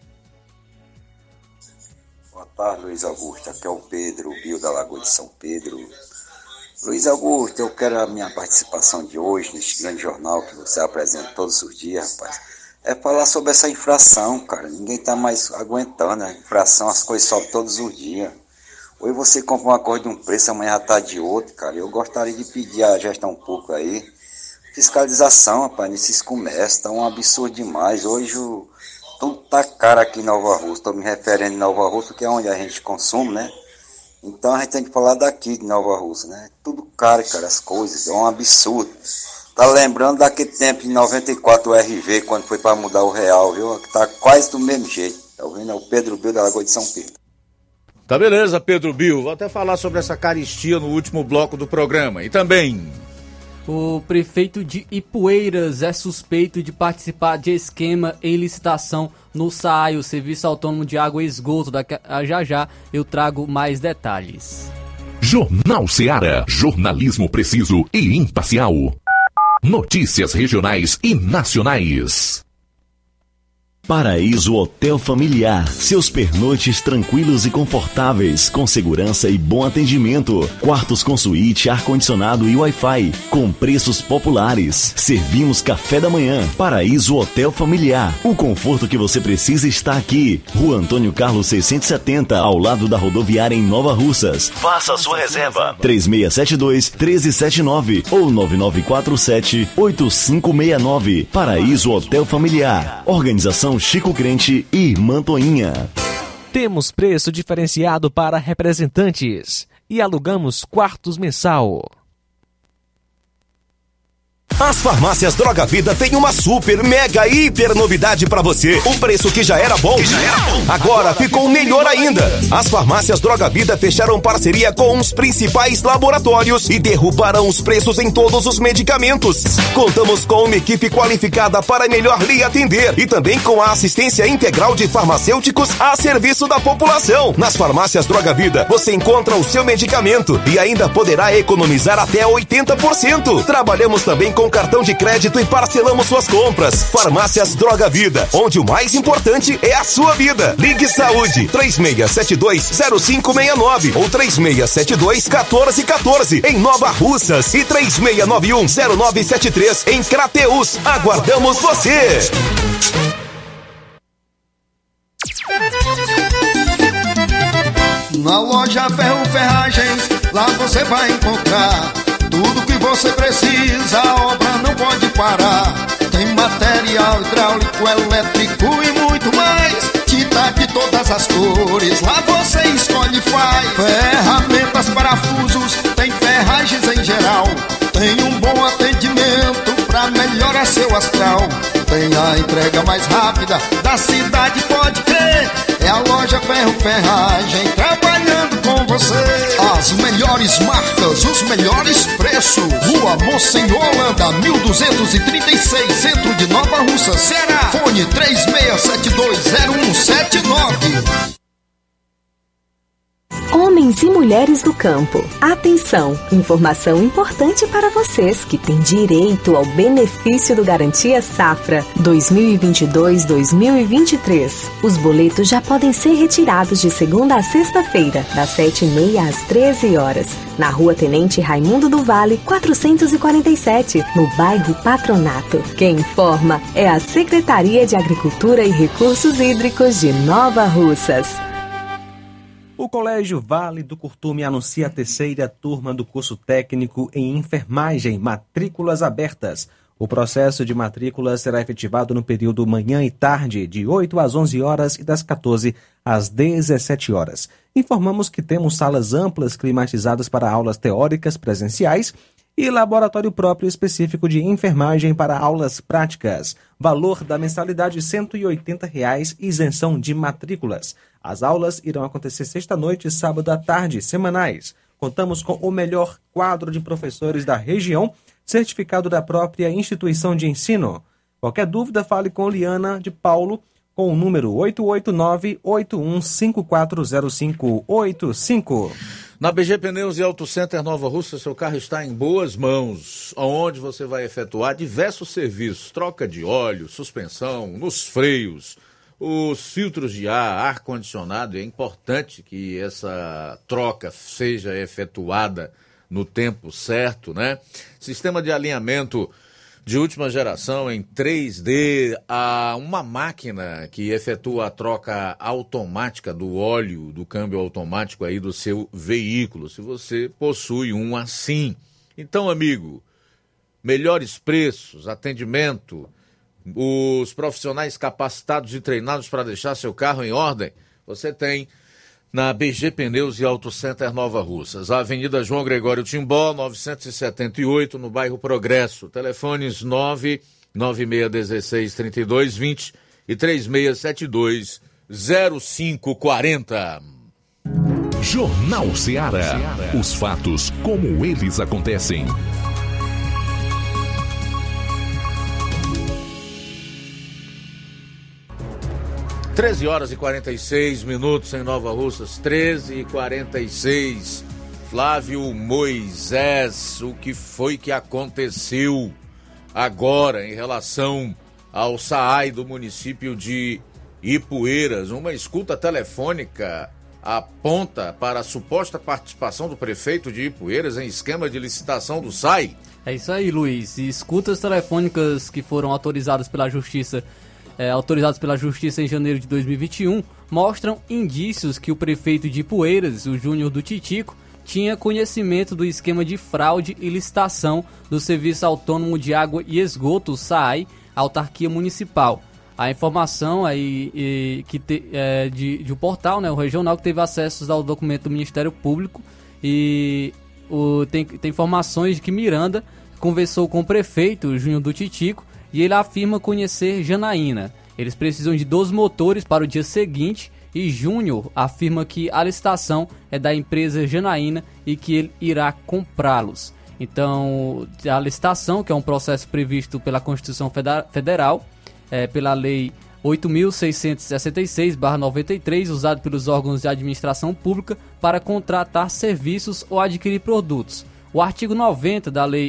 Boa tarde, Luiz Augusto. Aqui é o Pedro, o Bio da Lagoa de São Pedro. Luiz Augusto, eu quero a minha participação de hoje neste grande jornal que você apresenta todos os dias, rapaz. É falar sobre essa inflação, cara. Ninguém tá mais aguentando a inflação, as coisas sobem todos os dias. Hoje você compra uma coisa de um preço, amanhã tá de outro, cara. Eu gostaria de pedir à gestão pública aí fiscalização, rapaz, nesses comércios, tá um absurdo demais. Hoje tudo tá caro aqui em Nova Russa, estou me referindo em Nova Russa, que é onde a gente consome, né? Então a gente tem que falar daqui de Nova Russa, né? Tudo caro, cara, as coisas, é um absurdo. Tá lembrando daquele tempo de 94 o RV, quando foi para mudar o real, viu? Tá quase do mesmo jeito. Tá ouvindo? É o Pedro Bill da Lagoa de São Pedro. Tá beleza, Pedro Bill. Vou até falar sobre essa caristia no último bloco do programa. E também... O prefeito de Ipueiras é suspeito de participar de esquema em licitação no SAAI, o Serviço Autônomo de Água e Esgoto. Já eu trago mais detalhes. Jornal Ceará. Jornalismo preciso e imparcial. Notícias regionais e nacionais. Paraíso Hotel Familiar, seus pernoites tranquilos e confortáveis, com segurança e bom atendimento, quartos com suíte, ar-condicionado e Wi-Fi, com preços populares. Servimos café da manhã. Paraíso Hotel Familiar, o conforto que você precisa está aqui. Rua Antônio Carlos 670, ao lado da rodoviária em Nova Russas. Faça a sua reserva. 3672-1379 ou 9947-8569. Paraíso Hotel Familiar. Organização Chico Crente e Mantoinha. Temos preço diferenciado para representantes e alugamos quartos mensal. As farmácias Droga Vida têm uma super, mega, hiper novidade pra você. Um preço que já era bom, agora ficou melhor ainda. As farmácias Droga Vida fecharam parceria com os principais laboratórios e derrubaram os preços em todos os medicamentos. Contamos com uma equipe qualificada para melhor lhe atender e também com a assistência integral de farmacêuticos a serviço da população. Nas farmácias Droga Vida, você encontra o seu medicamento e ainda poderá economizar até 80%. Trabalhamos também com cartão de crédito e parcelamos suas compras. Farmácias Droga Vida, onde o mais importante é a sua vida. Ligue Saúde 3672-0569 ou 3672-1414 em Nova Russas e 3691-0973 em Crateús. Aguardamos você! Na loja Ferro Ferragens, lá você vai encontrar tudo que você precisa, a obra não pode parar. Tem material hidráulico, elétrico e muito mais. Tinta de todas as cores, lá você escolhe e faz. Ferramentas, parafusos, tem ferragens em geral. Tem um bom atendimento pra melhorar seu astral. Tem a entrega mais rápida da cidade, pode crer. É a loja Ferro Ferragem trabalhando com você. As melhores marcas, os melhores preços. Rua Monsenhor Holanda, 1236, centro de Nova Russa, Ceará. Fone 36720179. Homens e mulheres do campo, atenção! Informação importante para vocês que têm direito ao benefício do Garantia Safra 2022-2023. Os boletos já podem ser retirados de segunda a sexta-feira, das 7h30 às 13 horas, na Rua Tenente Raimundo do Vale, 447, no bairro Patronato. Quem informa é a Secretaria de Agricultura e Recursos Hídricos de Nova Russas. O Colégio Vale do Curtume anuncia a terceira turma do curso técnico em enfermagem, matrículas abertas. O processo de matrícula será efetivado no período manhã e tarde, de 8 às 11 horas e das 14 às 17 horas. Informamos que temos salas amplas climatizadas para aulas teóricas presenciais e laboratório próprio específico de enfermagem para aulas práticas. Valor da mensalidade R$ 180, isenção de matrículas. As aulas irão acontecer sexta-noite e sábado à tarde, semanais. Contamos com o melhor quadro de professores da região, certificado da própria instituição de ensino. Qualquer dúvida, fale com Liana de Paulo, com o número 889-81540585. Na BG Pneus e Auto Center Nova Russa, seu carro está em boas mãos, onde você vai efetuar diversos serviços, troca de óleo, suspensão, nos freios, os filtros de ar-condicionado. É importante que essa troca seja efetuada no tempo certo, né? Sistema de alinhamento de última geração em 3D, uma máquina que efetua a troca automática do óleo, do câmbio automático aí do seu veículo, se você possui um assim. Então, amigo, melhores preços, atendimento, os profissionais capacitados e treinados para deixar seu carro em ordem, você tem na BG Pneus e Auto Center Nova Russas, Avenida João Gregório Timbó, 978, no bairro Progresso. Telefones 99616-3220 e 3672-0540. Jornal Ceará. Os fatos como eles acontecem. 13h46 em Nova Russas, 13h46. Flávio Moisés, o que foi que aconteceu agora em relação ao SAAI do município de Ipueiras? Uma escuta telefônica aponta para a suposta participação do prefeito de Ipueiras em esquema de licitação do SAAI. É isso aí, Luiz. E escutas telefônicas que foram autorizadas pela Justiça em janeiro de 2021, mostram indícios que o prefeito de Ipueiras, o Júnior do Titico, tinha conhecimento do esquema de fraude e licitação do Serviço Autônomo de Água e Esgoto, o SAAI, autarquia municipal. A informação aí de um portal, né, o regional, que teve acesso ao documento do Ministério Público, e tem informações de que Miranda conversou com o prefeito, o Júnior do Titico, e ele afirma conhecer Janaína. Eles precisam de 12 motores para o dia seguinte, e Júnior afirma que a licitação é da empresa Janaína e que ele irá comprá-los. Então, a licitação, que é um processo previsto pela Constituição Federal, pela Lei 8.666/93, usado pelos órgãos de administração pública para contratar serviços ou adquirir produtos. O artigo 90 da Lei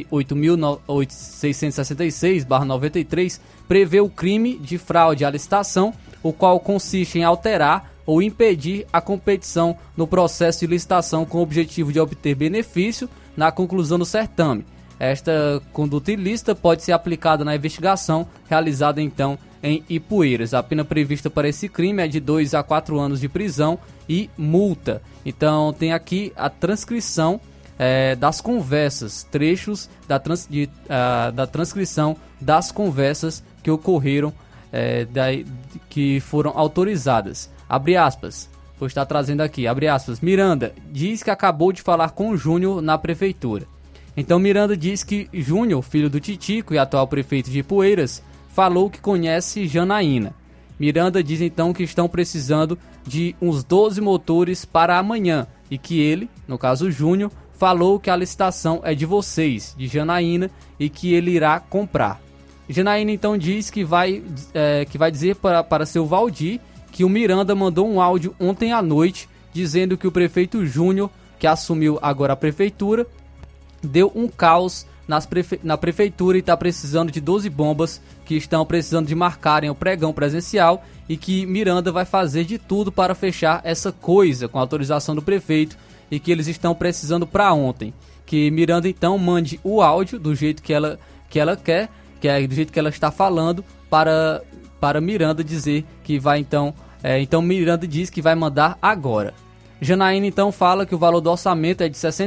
8.666/93 prevê o crime de fraude à licitação, o qual consiste em alterar ou impedir a competição no processo de licitação com o objetivo de obter benefício na conclusão do certame. Esta conduta ilícita pode ser aplicada na investigação realizada então em Ipueiras. A pena prevista para esse crime é de 2 a 4 anos de prisão e multa. Então tem aqui a transcrição das conversas, trechos da transcrição das conversas que ocorreram, que foram autorizadas. Abre aspas, vou estar trazendo aqui, abre aspas. Miranda diz que acabou de falar com o Júnior na prefeitura. Então Miranda diz que Júnior, filho do Titico e atual prefeito de Ipueiras, falou que conhece Janaína. Miranda diz então que estão precisando de uns 12 motores para amanhã e que ele, no caso Júnior, falou que a licitação é de vocês, de Janaína, e que ele irá comprar. Janaína então diz que vai dizer para seu Valdir que o Miranda mandou um áudio ontem à noite dizendo que o prefeito Júnior, que assumiu agora a prefeitura, deu um caos na prefeitura e está precisando de 12 bombas que estão precisando de marcarem o pregão presencial e que Miranda vai fazer de tudo para fechar essa coisa com a autorização do prefeito e que eles estão precisando para ontem. Que Miranda então mande o áudio do jeito que ela quer, do jeito que ela está falando, para Miranda dizer que vai então... então Miranda diz que vai mandar agora. Janaína então fala que o valor do orçamento é de R$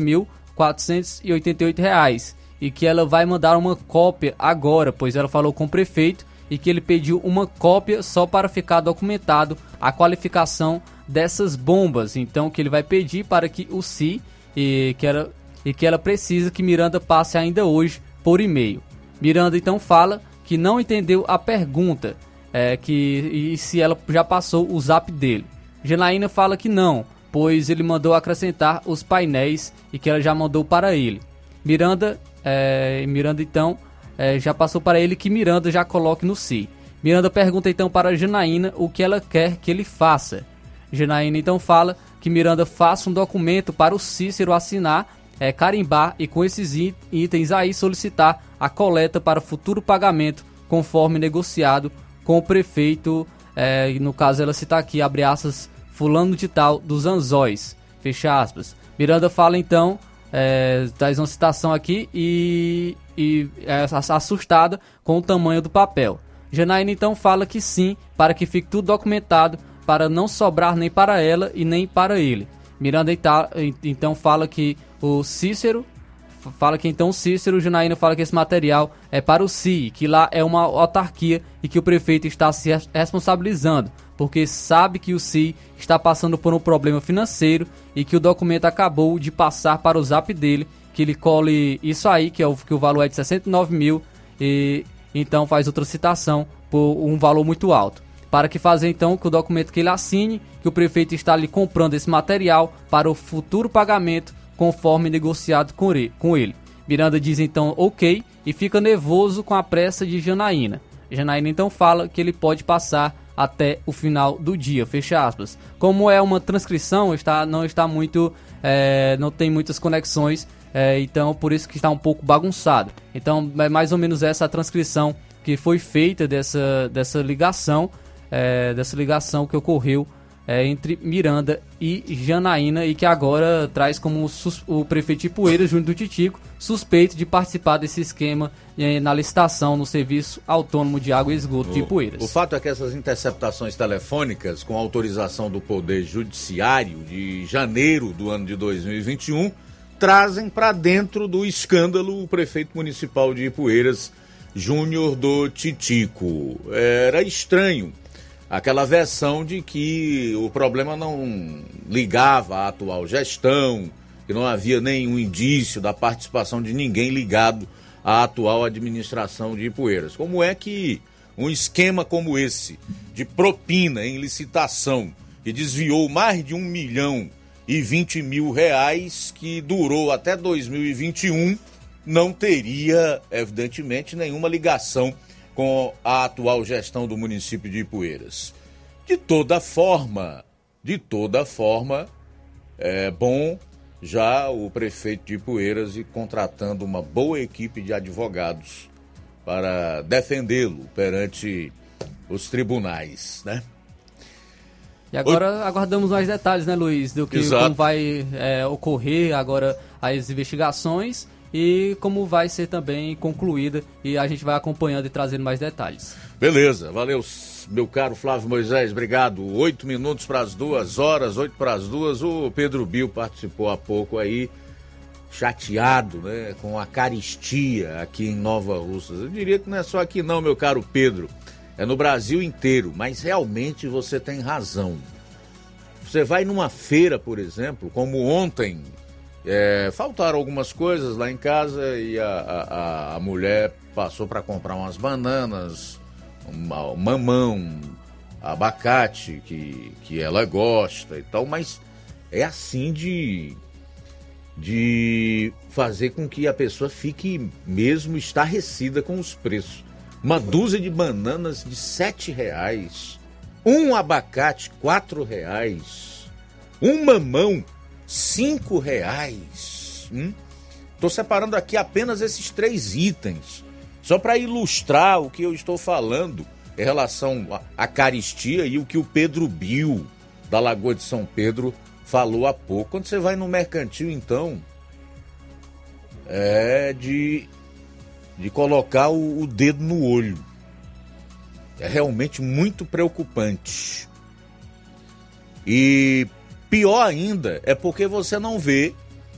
69.488 e que ela vai mandar uma cópia agora, pois ela falou com o prefeito e que ele pediu uma cópia só para ficar documentado a qualificação dessas bombas. Então que ele vai pedir para que o CI e que ela precisa que Miranda passe ainda hoje por e-mail. Miranda então fala que não entendeu a pergunta, e se ela já passou o zap dele. Janaína fala que não, pois ele mandou acrescentar os painéis e que ela já mandou para ele. Miranda então já passou para ele que Miranda já coloque no CI. Miranda pergunta então para Janaína o que ela quer que ele faça. Janaína então fala que Miranda faça um documento para o Cícero assinar, carimbar e com esses itens aí solicitar a coleta para futuro pagamento conforme negociado com o prefeito, no caso ela cita aqui, abre aspas, fulano de tal dos Anzóis, fecha aspas. Miranda fala então, traz uma citação aqui e é assustada com o tamanho do papel. Janaína então fala que sim, para que fique tudo documentado, para não sobrar nem para ela e nem para ele. Miranda então fala que o Cícero fala que então Cícero Janaína fala que esse material é para o CIE, que lá é uma autarquia e que o prefeito está se responsabilizando, porque sabe que o CIE está passando por um problema financeiro e que o documento acabou de passar para o zap dele, que ele colhe isso aí, que o valor é de 69 mil, e então faz outra citação por um valor muito alto. Para que fazer então que o documento que ele assine, que o prefeito está ali comprando esse material para o futuro pagamento conforme negociado com ele. Miranda diz então ok e fica nervoso com a pressa de Janaína. Janaína então fala que ele pode passar até o final do dia, fecha aspas. Como é uma transcrição, não está muito, não tem muitas conexões, então por isso que está um pouco bagunçado. Então é mais ou menos essa a transcrição que foi feita dessa ligação que ocorreu entre Miranda e Janaína e que agora traz como o prefeito de Ipueiras, Júnior do Titico, suspeito de participar desse esquema na licitação no Serviço Autônomo de Água e Esgoto de Ipueiras. O fato é que essas interceptações telefônicas com autorização do Poder Judiciário de janeiro do ano de 2021 trazem para dentro do escândalo o prefeito municipal de Ipueiras, Júnior do Titico. Era estranho aquela versão de que o problema não ligava à atual gestão, que não havia nenhum indício da participação de ninguém ligado à atual administração de Ipueiras. Como é que um esquema como esse, de propina em licitação, que desviou mais de R$1.020 mil, que durou até 2021, não teria, evidentemente, nenhuma ligação com a atual gestão do município de Ipueiras. De toda forma, é bom já o prefeito de Ipueiras ir contratando uma boa equipe de advogados para defendê-lo perante os tribunais, né? E agora aguardamos mais detalhes, né, Luiz, do que como vai ocorrer agora as investigações e como vai ser também concluída, e a gente vai acompanhando e trazendo mais detalhes. Beleza, valeu, meu caro Flávio Moisés, obrigado. 8 minutos para as 2 horas, 8 para as 2, o Pedro Bill participou há pouco aí, chateado, né, com a caristia aqui em Nova Russas. Eu diria que não é só aqui não, meu caro Pedro, é no Brasil inteiro, mas realmente você tem razão. Você vai numa feira, por exemplo, como ontem, faltaram algumas coisas lá em casa e a mulher passou para comprar umas bananas, mamão, abacate que ela gosta e tal, mas é assim de fazer com que a pessoa fique mesmo estarrecida com os preços. Uma dúzia de bananas de R$7, um abacate R$4, um mamão R$5. Estou separando aqui apenas esses 3 itens, só para ilustrar o que eu estou falando em relação à caristia e o que o Pedro Bill, da Lagoa de São Pedro, falou há pouco. Quando você vai no mercantil, então, é de colocar o dedo no olho. É realmente muito preocupante. E pior ainda é porque você não vê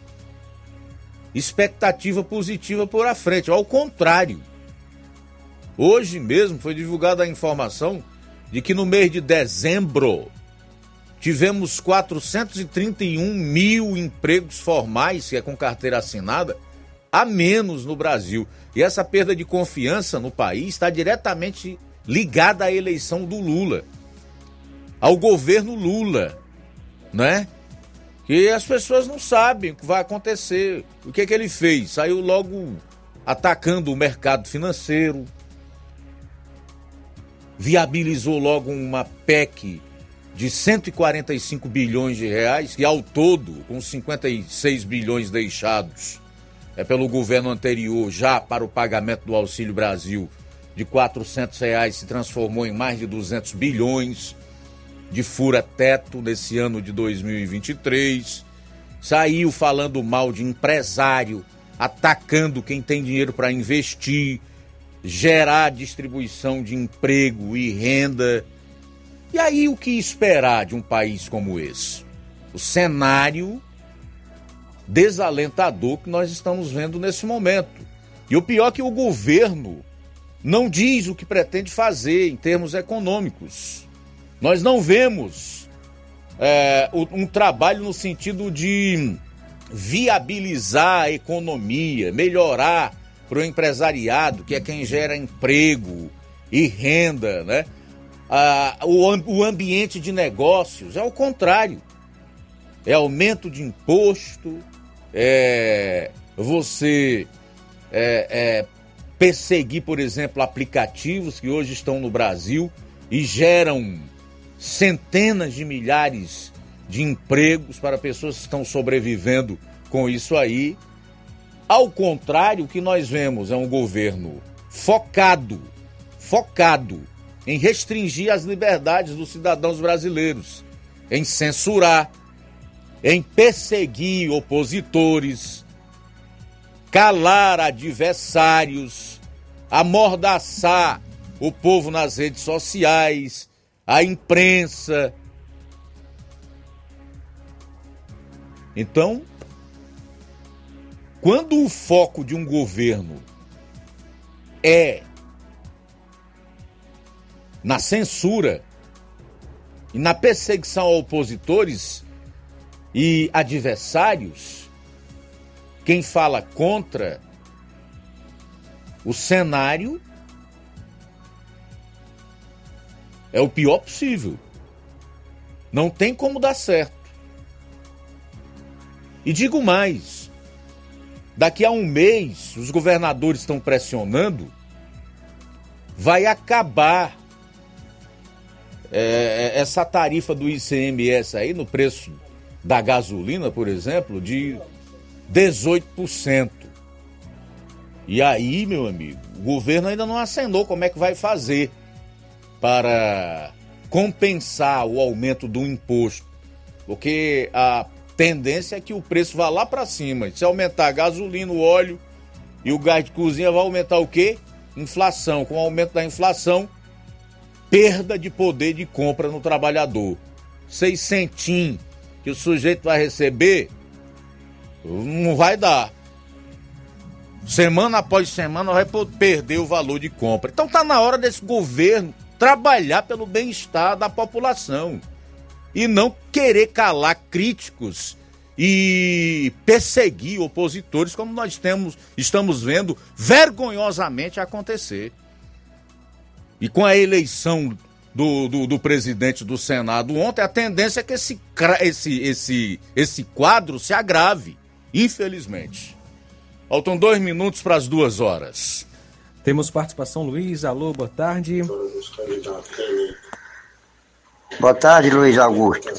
expectativa positiva por à frente. Ao contrário, hoje mesmo foi divulgada a informação de que no mês de dezembro tivemos 431 mil empregos formais, que é com carteira assinada, a menos no Brasil. E essa perda de confiança no país está diretamente ligada à eleição do Lula, ao governo Lula, né? Que as pessoas não sabem o que vai acontecer. O que ele fez? Saiu logo atacando o mercado financeiro, viabilizou logo uma PEC de 145 bilhões de reais, que ao todo, com 56 bilhões deixados pelo governo anterior já para o pagamento do Auxílio Brasil de R$400, se transformou em mais de 200 bilhões de fura-teto nesse ano de 2023. Saiu falando mal de empresário, atacando quem tem dinheiro para investir, gerar distribuição de emprego e renda. E aí o que esperar de um país como esse? O cenário desalentador que nós estamos vendo nesse momento. E o pior é que o governo não diz o que pretende fazer em termos econômicos. Nós não vemos um trabalho no sentido de viabilizar a economia, melhorar para o empresariado, que é quem gera emprego e renda, né? O ambiente de negócios é o contrário. É aumento de imposto, você perseguir, por exemplo, aplicativos que hoje estão no Brasil e geram centenas de milhares de empregos para pessoas que estão sobrevivendo com isso aí. Ao contrário, o que nós vemos é um governo focado em restringir as liberdades dos cidadãos brasileiros, em censurar, em perseguir opositores, calar adversários, amordaçar o povo nas redes sociais, a imprensa. Então, quando o foco de um governo é na censura e na perseguição a opositores e adversários, quem fala contra o cenário é o pior possível. Não tem como dar certo. E digo mais, daqui a um mês, os governadores estão pressionando, vai acabar essa tarifa do ICMS aí no preço da gasolina, por exemplo, de 18%. E aí, meu amigo, o governo ainda não acenou como é que vai fazer para compensar o aumento do imposto, porque a tendência é que o preço vá lá para cima. Se aumentar a gasolina, o óleo e o gás de cozinha, vai aumentar o quê? Inflação. Com o aumento da inflação, perda de poder de compra no trabalhador. 6 centinhos que o sujeito vai receber, não vai dar. Semana após semana vai perder o valor de compra. Então tá na hora desse governo trabalhar pelo bem-estar da população e não querer calar críticos e perseguir opositores, como nós estamos vendo vergonhosamente acontecer. E com a eleição do presidente do Senado ontem, a tendência é que esse quadro se agrave, infelizmente. Faltam 2 minutos para as 2 horas. Temos participação, Luiz. Alô, boa tarde. Boa tarde, Luiz Augusto.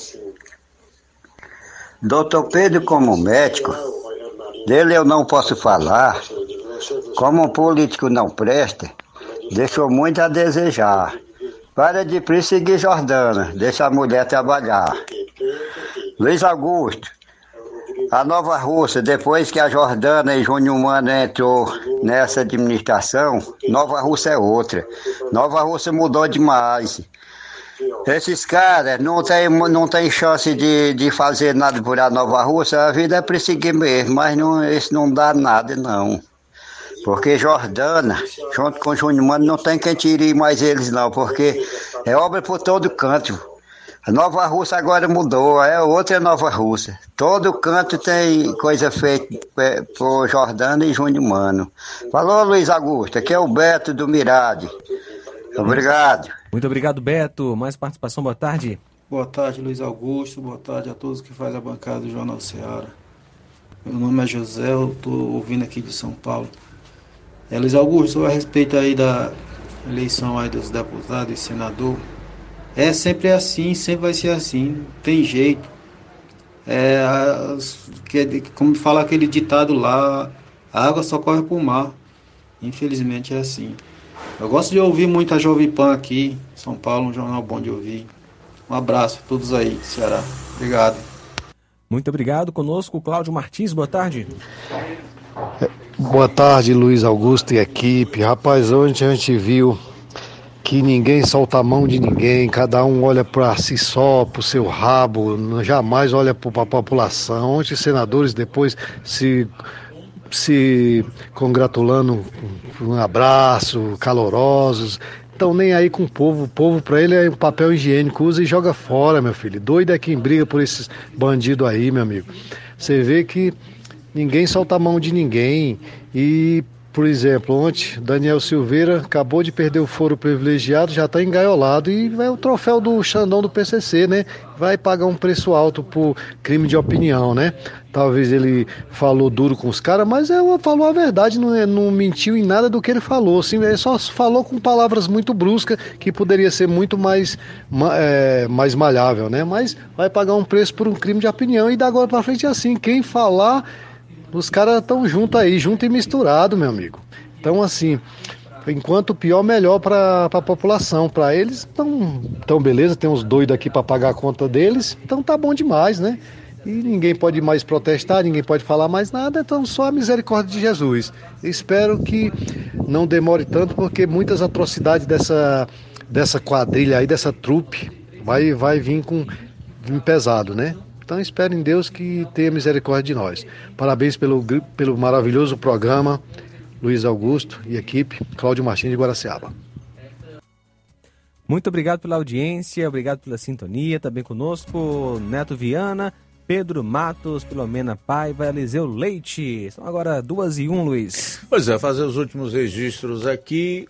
Doutor Pedro, como médico, dele eu não posso falar. Como um político não presta, deixou muito a desejar. Para de perseguir Jordana, deixa a mulher trabalhar. Luiz Augusto, a Nova Rússia, depois que a Jordana e Júnior Mano entrou nessa administração, Nova Rússia é outra. Nova Rússia mudou demais. Esses caras não tem chance de fazer nada por a Nova Rússia, a vida é perseguir mesmo, mas isso não dá nada não. Porque Jordana, junto com Júnior Mano, não tem quem tire mais eles não, porque é obra por todo canto. A Nova Rússia agora mudou, é outra Nova Rússia. Todo canto tem coisa feita por Jordana e Júnior Mano. Falou, Luiz Augusto, aqui é o Beto do Mirade. Obrigado. Muito obrigado, Beto. Mais participação, boa tarde. Boa tarde, Luiz Augusto. Boa tarde a todos que fazem a bancada do Jornal Ceará. Meu nome é José, eu estou ouvindo aqui de São Paulo. Luiz Augusto, a respeito aí da eleição aí dos deputados e senador, sempre assim, sempre vai ser assim, não tem jeito. Como fala aquele ditado lá, a água só corre pro mar. Infelizmente é assim. Eu gosto de ouvir muito a Jovem Pan aqui, São Paulo, um jornal bom de ouvir. Um abraço a todos aí, Ceará. Obrigado. Muito obrigado. Conosco, Cláudio Martins, boa tarde. Boa tarde, Luiz Augusto e equipe. Rapaz, ontem a gente viu que que ninguém solta a mão de ninguém, cada um olha para si só, para o seu rabo, jamais olha para a população. Ontem os senadores depois se congratulando, um abraço, calorosos, estão nem aí com o povo para ele é um papel higiênico, usa e joga fora, meu filho. Doido é quem briga por esses bandidos aí, meu amigo. Você vê que ninguém solta a mão de ninguém e, por exemplo, ontem Daniel Silveira acabou de perder o foro privilegiado, já está engaiolado e vai o troféu do Xandão do PCC, né? Vai pagar um preço alto por crime de opinião, né? Talvez ele falou duro com os caras, mas falou a verdade, não mentiu em nada do que ele falou. Assim, ele só falou com palavras muito bruscas, que poderia ser muito mais malhável, né? Mas vai pagar um preço por um crime de opinião e da agora para frente é assim. Quem falar, os caras estão junto aí, junto e misturado, meu amigo. Então, assim, enquanto pior, melhor para a população. Para eles, então beleza, tem uns doidos aqui para pagar a conta deles, então tá bom demais, né? E ninguém pode mais protestar, ninguém pode falar mais nada, então só a misericórdia de Jesus. Espero que não demore tanto, porque muitas atrocidades dessa quadrilha aí, dessa trupe, vai vir pesado, né? Então espero em Deus que tenha misericórdia de nós. Parabéns pelo maravilhoso programa, Luiz Augusto e equipe, Cláudio Martins de Guaraciaba. Muito obrigado pela audiência, obrigado pela sintonia, também conosco Neto Viana, Pedro Matos, Filomena Paiva, Eliseu Leite. São agora 2:01, Luiz. Pois é, fazer os últimos registros aqui,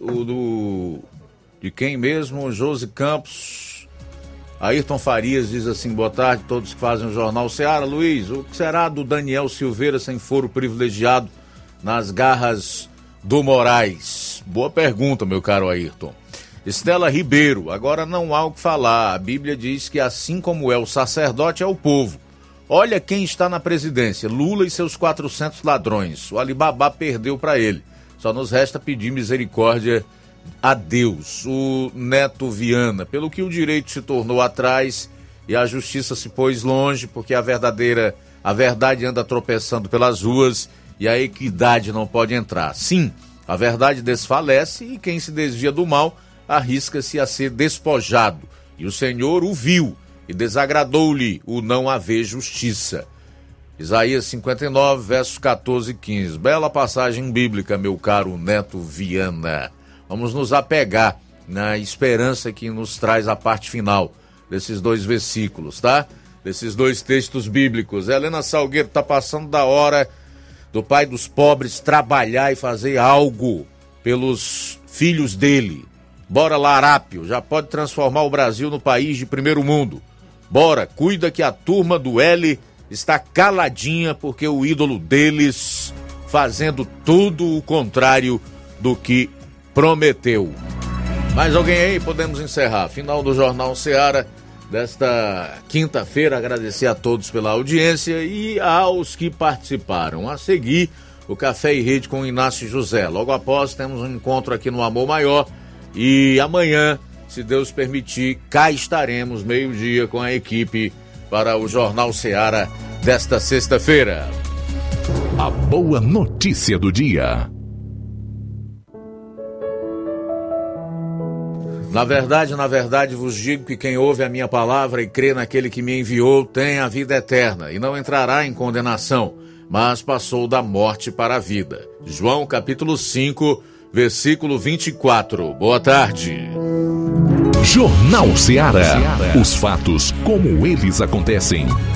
de quem mesmo? Josi Campos. Ayrton Farias diz assim: boa tarde a todos que fazem o Jornal Ceará. Luiz, o que será do Daniel Silveira sem foro privilegiado nas garras do Moraes? Boa pergunta, meu caro Ayrton. Estela Ribeiro, agora não há o que falar. A Bíblia diz que assim como é o sacerdote, é o povo. Olha quem está na presidência, Lula e seus 400 ladrões. O Alibaba perdeu para ele. Só nos resta pedir misericórdia a Deus. O Neto Viana, pelo que o direito se tornou atrás e a justiça se pôs longe, porque a verdade anda tropeçando pelas ruas e a equidade não pode entrar. Sim, a verdade desfalece e quem se desvia do mal arrisca-se a ser despojado. E o Senhor o viu e desagradou-lhe o não haver justiça. Isaías 59, versos 14 e 15. Bela passagem bíblica, meu caro Neto Viana. Vamos nos apegar na esperança que nos traz a parte final desses dois versículos, tá? Desses dois textos bíblicos. Helena Salgueiro está passando da hora do pai dos pobres trabalhar e fazer algo pelos filhos dele. Bora lá, Arápio, já pode transformar o Brasil no país de primeiro mundo. Bora, cuida que a turma do L está caladinha porque o ídolo deles fazendo tudo o contrário do que prometeu. Mais alguém aí? Podemos encerrar. Final do Jornal Ceará desta quinta-feira. Agradecer a todos pela audiência e aos que participaram. A seguir, o Café e Rede com o Inácio José. Logo após, temos um encontro aqui no Amor Maior. E amanhã, se Deus permitir, cá estaremos, meio-dia, com a equipe para o Jornal Ceará desta sexta-feira. A boa notícia do dia. Na verdade, vos digo que quem ouve a minha palavra e crê naquele que me enviou tem a vida eterna e não entrará em condenação, mas passou da morte para a vida. João capítulo 5, versículo 24. Boa tarde. Jornal Ceará. Os fatos como eles acontecem.